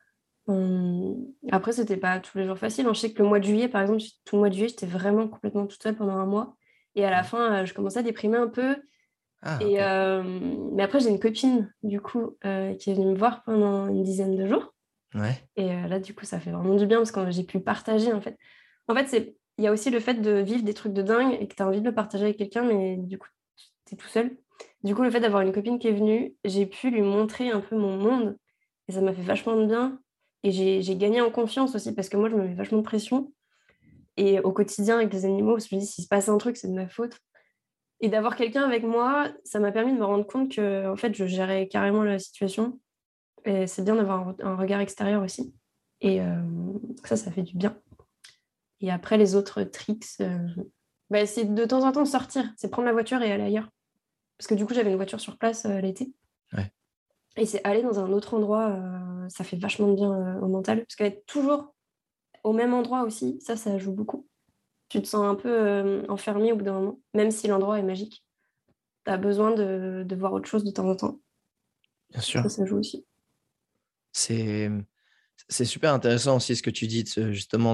B: Après, c'était pas tous les jours facile. Je sais que le mois de juillet, par exemple, tout le mois de juillet, j'étais vraiment complètement toute seule pendant un mois. Et à la
A: Mmh.
B: fin, je commençais à déprimer un peu.
A: Ah
B: Et,
A: OK.
B: mais après, j'ai une copine, du coup, qui est venue me voir pendant une dizaine de jours.
A: Ouais.
B: Et là, du coup, ça fait vraiment du bien parce que j'ai pu partager, en fait. En fait, il y a aussi le fait de vivre des trucs de dingue et que tu as envie de le partager avec quelqu'un, mais du coup, tu es tout seul. Du coup, le fait d'avoir une copine qui est venue, j'ai pu lui montrer un peu mon monde et ça m'a fait vachement de bien. Et j'ai gagné en confiance aussi parce que moi, je me mets vachement de pression. Et au quotidien, avec les animaux, je me dis, s'il se passe un truc, c'est de ma faute. Et d'avoir quelqu'un avec moi, ça m'a permis de me rendre compte que, en fait, je gérais carrément la situation. Et c'est bien d'avoir un regard extérieur aussi. Et ça fait du bien. Et après, les autres tricks, Bah, c'est de temps en temps sortir, c'est prendre la voiture et aller ailleurs. Parce que du coup, j'avais une voiture sur place l'été.
A: Ouais.
B: Et c'est aller dans un autre endroit, ça fait vachement de bien au mental. Parce qu'être toujours au même endroit aussi, ça joue beaucoup. Tu te sens un peu enfermé au bout d'un moment, même si l'endroit est magique. Tu as besoin de voir autre chose de temps en temps.
A: Bien sûr.
B: Ça joue aussi.
A: C'est, c'est super intéressant aussi ce que tu dis, justement,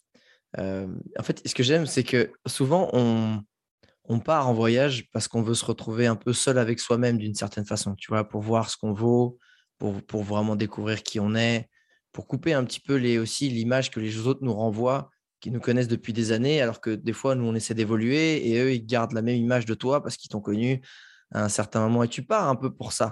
A: en fait, ce que j'aime, c'est que souvent, on part en voyage parce qu'on veut se retrouver un peu seul avec soi-même d'une certaine façon, tu vois, pour voir ce qu'on vaut, pour vraiment découvrir qui on est, pour couper un petit peu aussi l'image que les autres nous renvoient, qui nous connaissent depuis des années, alors que des fois, nous, on essaie d'évoluer et eux, ils gardent la même image de toi parce qu'ils t'ont connu à un certain moment et tu pars un peu pour ça.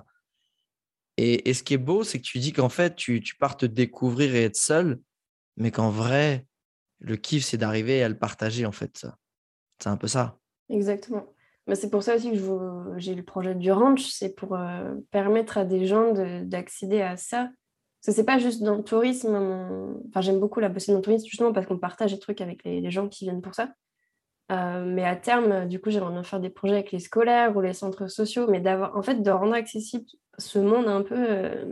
A: Et ce qui est beau, c'est que tu dis qu'en fait, tu pars te découvrir et être seul, mais qu'en vrai, le kiff, c'est d'arriver à le partager, en fait, ça. C'est un peu ça.
B: Exactement. Bah, c'est pour ça aussi que j'ai le projet du ranch, c'est pour permettre à des gens d'accéder à ça. Parce que c'est pas juste dans le tourisme. Enfin, j'aime beaucoup la bosser dans le tourisme, justement parce qu'on partage des trucs avec les gens qui viennent pour ça. Mais à terme, du coup, j'aimerais bien faire des projets avec les scolaires ou les centres sociaux, mais en fait, de rendre accessible ce monde un peu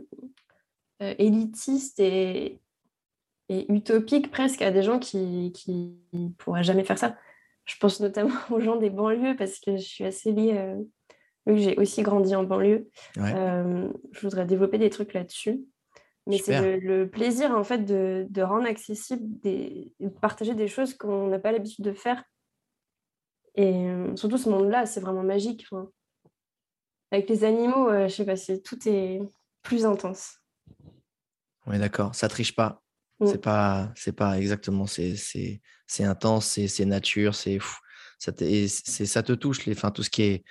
B: élitiste et utopique presque à des gens qui pourraient jamais faire ça. Je pense notamment aux gens des banlieues parce que je suis assez liée, vu que j'ai aussi grandi en banlieue.
A: Ouais,
B: Je voudrais développer des trucs là-dessus. Mais c'est
A: super.
B: le plaisir en fait de rendre accessible, de partager des choses qu'on n'a pas l'habitude de faire. Et surtout ce monde-là, c'est vraiment magique. Enfin, avec les animaux, je sais pas, tout est plus intense.
A: On est d'accord, ça triche pas.
B: Mm.
A: C'est pas exactement, c'est intense, c'est nature, c'est fou. Ça te touche, enfin, tout ce qui est.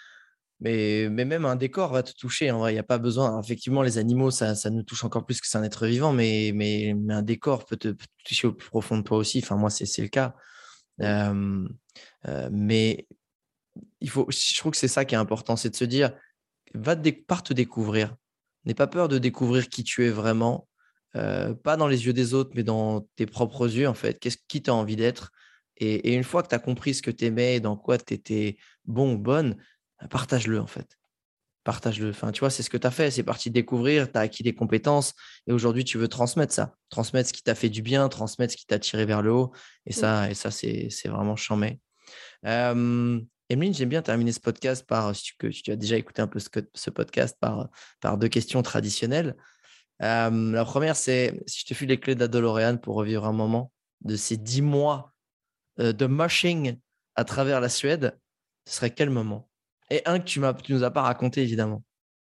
A: Mais même un décor va te toucher. En vrai, il n'y a pas besoin. Alors, effectivement, les animaux, ça nous touche encore plus que c'est un être vivant, mais un décor peut te toucher au plus profond de toi aussi. Enfin, moi, c'est le cas. Euh, mais je trouve que c'est ça qui est important, c'est de se dire, pars te découvrir. N'aie pas peur de découvrir qui tu es vraiment, pas dans les yeux des autres, mais dans tes propres yeux, en fait. Qui tu as envie d'être. Et une fois que tu as compris ce que tu aimais et dans quoi tu étais bon ou bonne, partage-le, en fait. Partage-le. Enfin, tu vois, c'est ce que tu as fait. C'est parti de découvrir, tu as acquis des compétences et aujourd'hui, tu veux transmettre ça. Transmettre ce qui t'a fait du bien, transmettre ce qui t'a tiré vers le haut.
B: Mm.
A: C'est vraiment charmé. Euh, Emeline, j'aime bien terminer ce podcast si tu as déjà écouté un peu ce podcast, par deux questions traditionnelles. La première, c'est si je te file les clés de la DeLorean pour revivre un moment de ces 10 mois de mushing à travers la Suède, ce serait quel moment? Et un que tu nous as pas raconté, évidemment.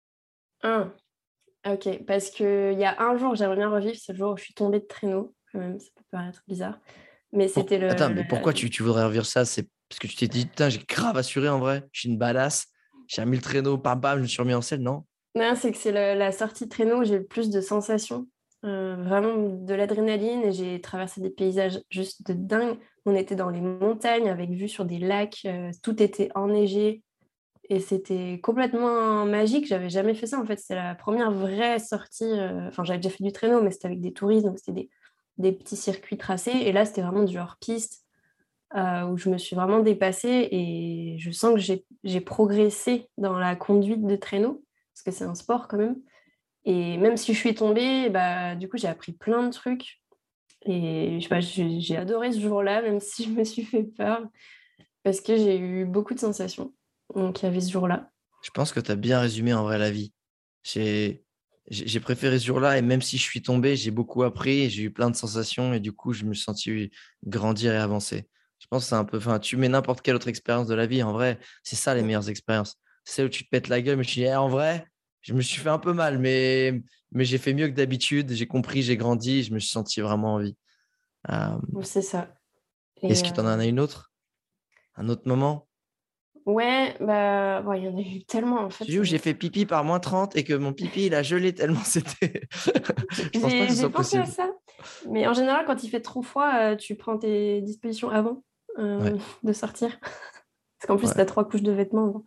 B: Ah, ok. Parce qu'il y a un jour que j'aimerais bien revivre, c'est le jour où je suis tombée de traîneau. Quand même, ça peut paraître bizarre. Mais c'était
A: Attends, mais pourquoi tu voudrais revivre ça? C'est parce que tu t'es dit, putain, j'ai grave assuré en vrai, je suis une badass, j'ai mis le traîneau, bam bam, je me suis remis en selle, non?
B: Non, c'est que c'est la sortie de traîneau où j'ai le plus de sensations. Vraiment de l'adrénaline et j'ai traversé des paysages juste de dingue. On était dans les montagnes avec vue sur des lacs, tout était enneigé et c'était complètement magique. J'avais jamais fait ça en fait. C'était la première vraie sortie. Enfin, j'avais déjà fait du traîneau, mais c'était avec des touristes, donc c'était des petits circuits tracés. Et là, c'était vraiment du hors-piste où je me suis vraiment dépassée et je sens que j'ai progressé dans la conduite de traîneau parce que c'est un sport quand même. Et même si je suis tombée, bah, du coup, j'ai appris plein de trucs. Et je sais pas, j'ai adoré ce jour-là, même si je me suis fait peur, parce que j'ai eu beaucoup de sensations. Donc, il y avait ce jour-là.
A: Je pense que tu as bien résumé en vrai la vie. J'ai j'ai préféré ce jour-là et même si je suis tombé, j'ai beaucoup appris et j'ai eu plein de sensations et du coup, je me suis senti grandir et avancer. Je pense que c'est un peu, enfin, tu mets n'importe quelle autre expérience de la vie, en vrai, c'est ça les meilleures expériences. C'est celle où tu te pètes la gueule, mais je dis, en vrai, je me suis fait un peu mal, mais j'ai fait mieux que d'habitude, j'ai compris, j'ai grandi, je me suis senti vraiment en vie. Euh,
B: Donc, c'est ça. Et
A: Est-ce que tu en as une autre? Un autre moment?
B: ouais, bah, ouais, il y en a eu tellement en fait.
A: Celui où j'ai fait pipi par -30 et que mon pipi, il a gelé tellement c'était. Je pense pas que ce
B: J'ai
A: soit
B: pensé à
A: possible.
B: ça. Mais en général, quand il fait trop froid, tu prends tes dispositions avant
A: Ouais,
B: de sortir. Parce qu'en plus, tu
A: ouais.
B: as 3 couches de vêtements avant.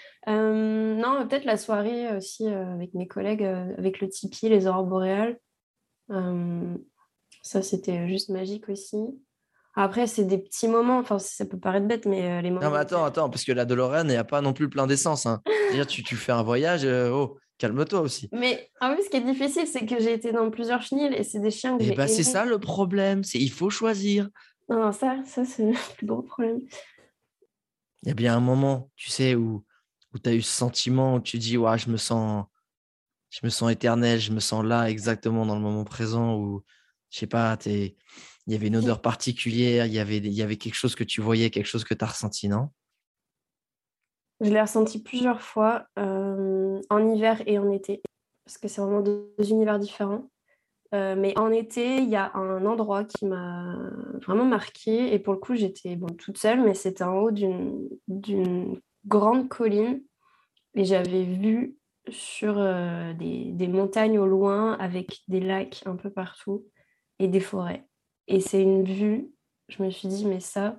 B: Non, peut-être la soirée aussi avec mes collègues, avec le tipi, les aurores boréales. Ça, c'était juste magique aussi. Après, c'est des petits moments. Enfin, ça peut paraître bête, mais les
A: Non,
B: moments.
A: mais attends, parce que la DeLorean, il n'y a pas non plus plein d'essence. Hein. C'est-à-dire, tu fais un voyage, oh, calme-toi aussi.
B: Mais en plus, ce qui est difficile, c'est que j'ai été dans plusieurs chenils et c'est des chiens que
A: Eh
B: j'ai
A: ben, c'est
B: aimés.
A: ça le problème, il faut choisir.
B: Non, non, ça c'est le plus gros problème.
A: Il y a bien un moment, tu sais, où tu as eu ce sentiment où tu dis, ouais, je me sens éternel, je me sens là exactement dans le moment présent où, je sais pas, il y avait une odeur particulière, il y avait quelque chose que tu voyais, quelque chose que tu as ressenti, non?
B: Je l'ai ressenti plusieurs fois, en hiver et en été, parce que c'est vraiment deux univers différents. Mais en été, il y a un endroit qui m'a vraiment marquée. Et pour le coup, j'étais toute seule, mais c'était en haut d'une grande colline. Et j'avais vu sur des montagnes au loin avec des lacs un peu partout et des forêts. Et c'est une vue, je me suis dit, mais ça,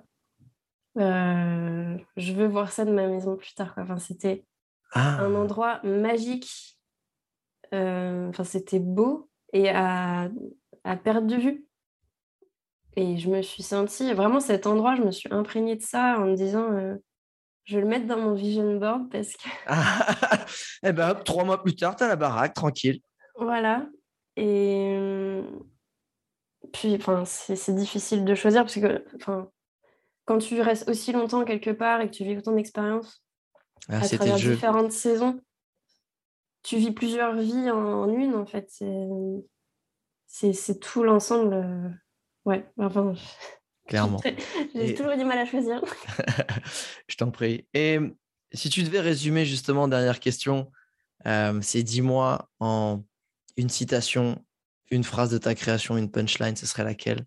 B: je veux voir ça de ma maison plus tard, quoi. Enfin, c'était un
A: Ah,
B: endroit magique. Enfin, c'était beau et à perte de vue. Et je me suis sentie, vraiment cet endroit, je me suis imprégnée de ça en me disant, je vais le mettre dans mon vision board parce que
A: ah. Eh ben, hop, 3 mois plus tard, tu as la baraque, tranquille.
B: voilà. Et puis, enfin, c'est difficile de choisir parce que, enfin, quand tu restes aussi longtemps quelque part et que tu vis autant d'expériences
A: Ah,
B: à
A: c'était le
B: travers
A: jeu.
B: différentes saisons, tu vis plusieurs vies en une, en fait. C'est tout l'ensemble. Ouais, enfin,
A: Clairement.
B: j'ai
A: Et
B: toujours eu du mal à choisir.
A: je t'en prie. Et si tu devais résumer justement, dernière question, c'est dis-moi en une citation, une phrase de ta création, une punchline, ce serait laquelle?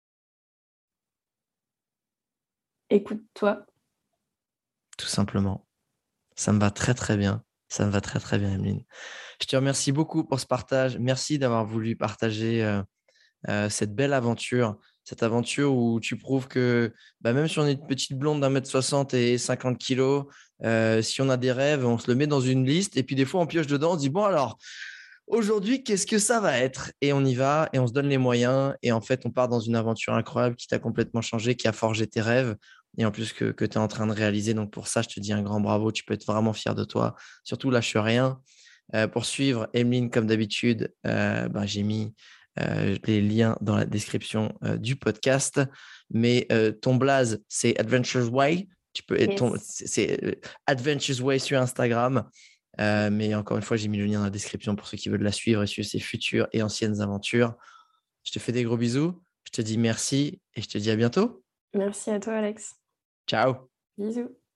B: Écoute-toi.
A: Tout simplement. Ça me va très très bien. Ça me va très très bien, Emeline. Je te remercie beaucoup pour ce partage. Merci d'avoir voulu partager cette belle aventure, cette aventure où tu prouves que bah, même si on est une petite blonde d'1,60 m et 50 kilos, si on a des rêves, on se le met dans une liste et puis des fois on pioche dedans, on se dit bon alors, aujourd'hui, qu'est-ce que ça va être? Et on y va et on se donne les moyens et en fait on part dans une aventure incroyable qui t'a complètement changé, qui a forgé tes rêves et en plus que tu es en train de réaliser. Donc pour ça, je te dis un grand bravo, tu peux être vraiment fier de toi. Surtout lâche rien. Pour suivre Emeline, comme d'habitude, j'ai mis les liens dans la description du podcast. Mais ton blaze, c'est Adventures Way.
B: Yes.
A: C'est Adventures Way sur Instagram. Mais encore une fois, j'ai mis le lien dans la description pour ceux qui veulent la suivre et suivre ses futures et anciennes aventures. Je te fais des gros bisous. Je te dis merci et je te dis à bientôt.
B: Merci à toi, Alex.
A: Ciao.
B: Bisous.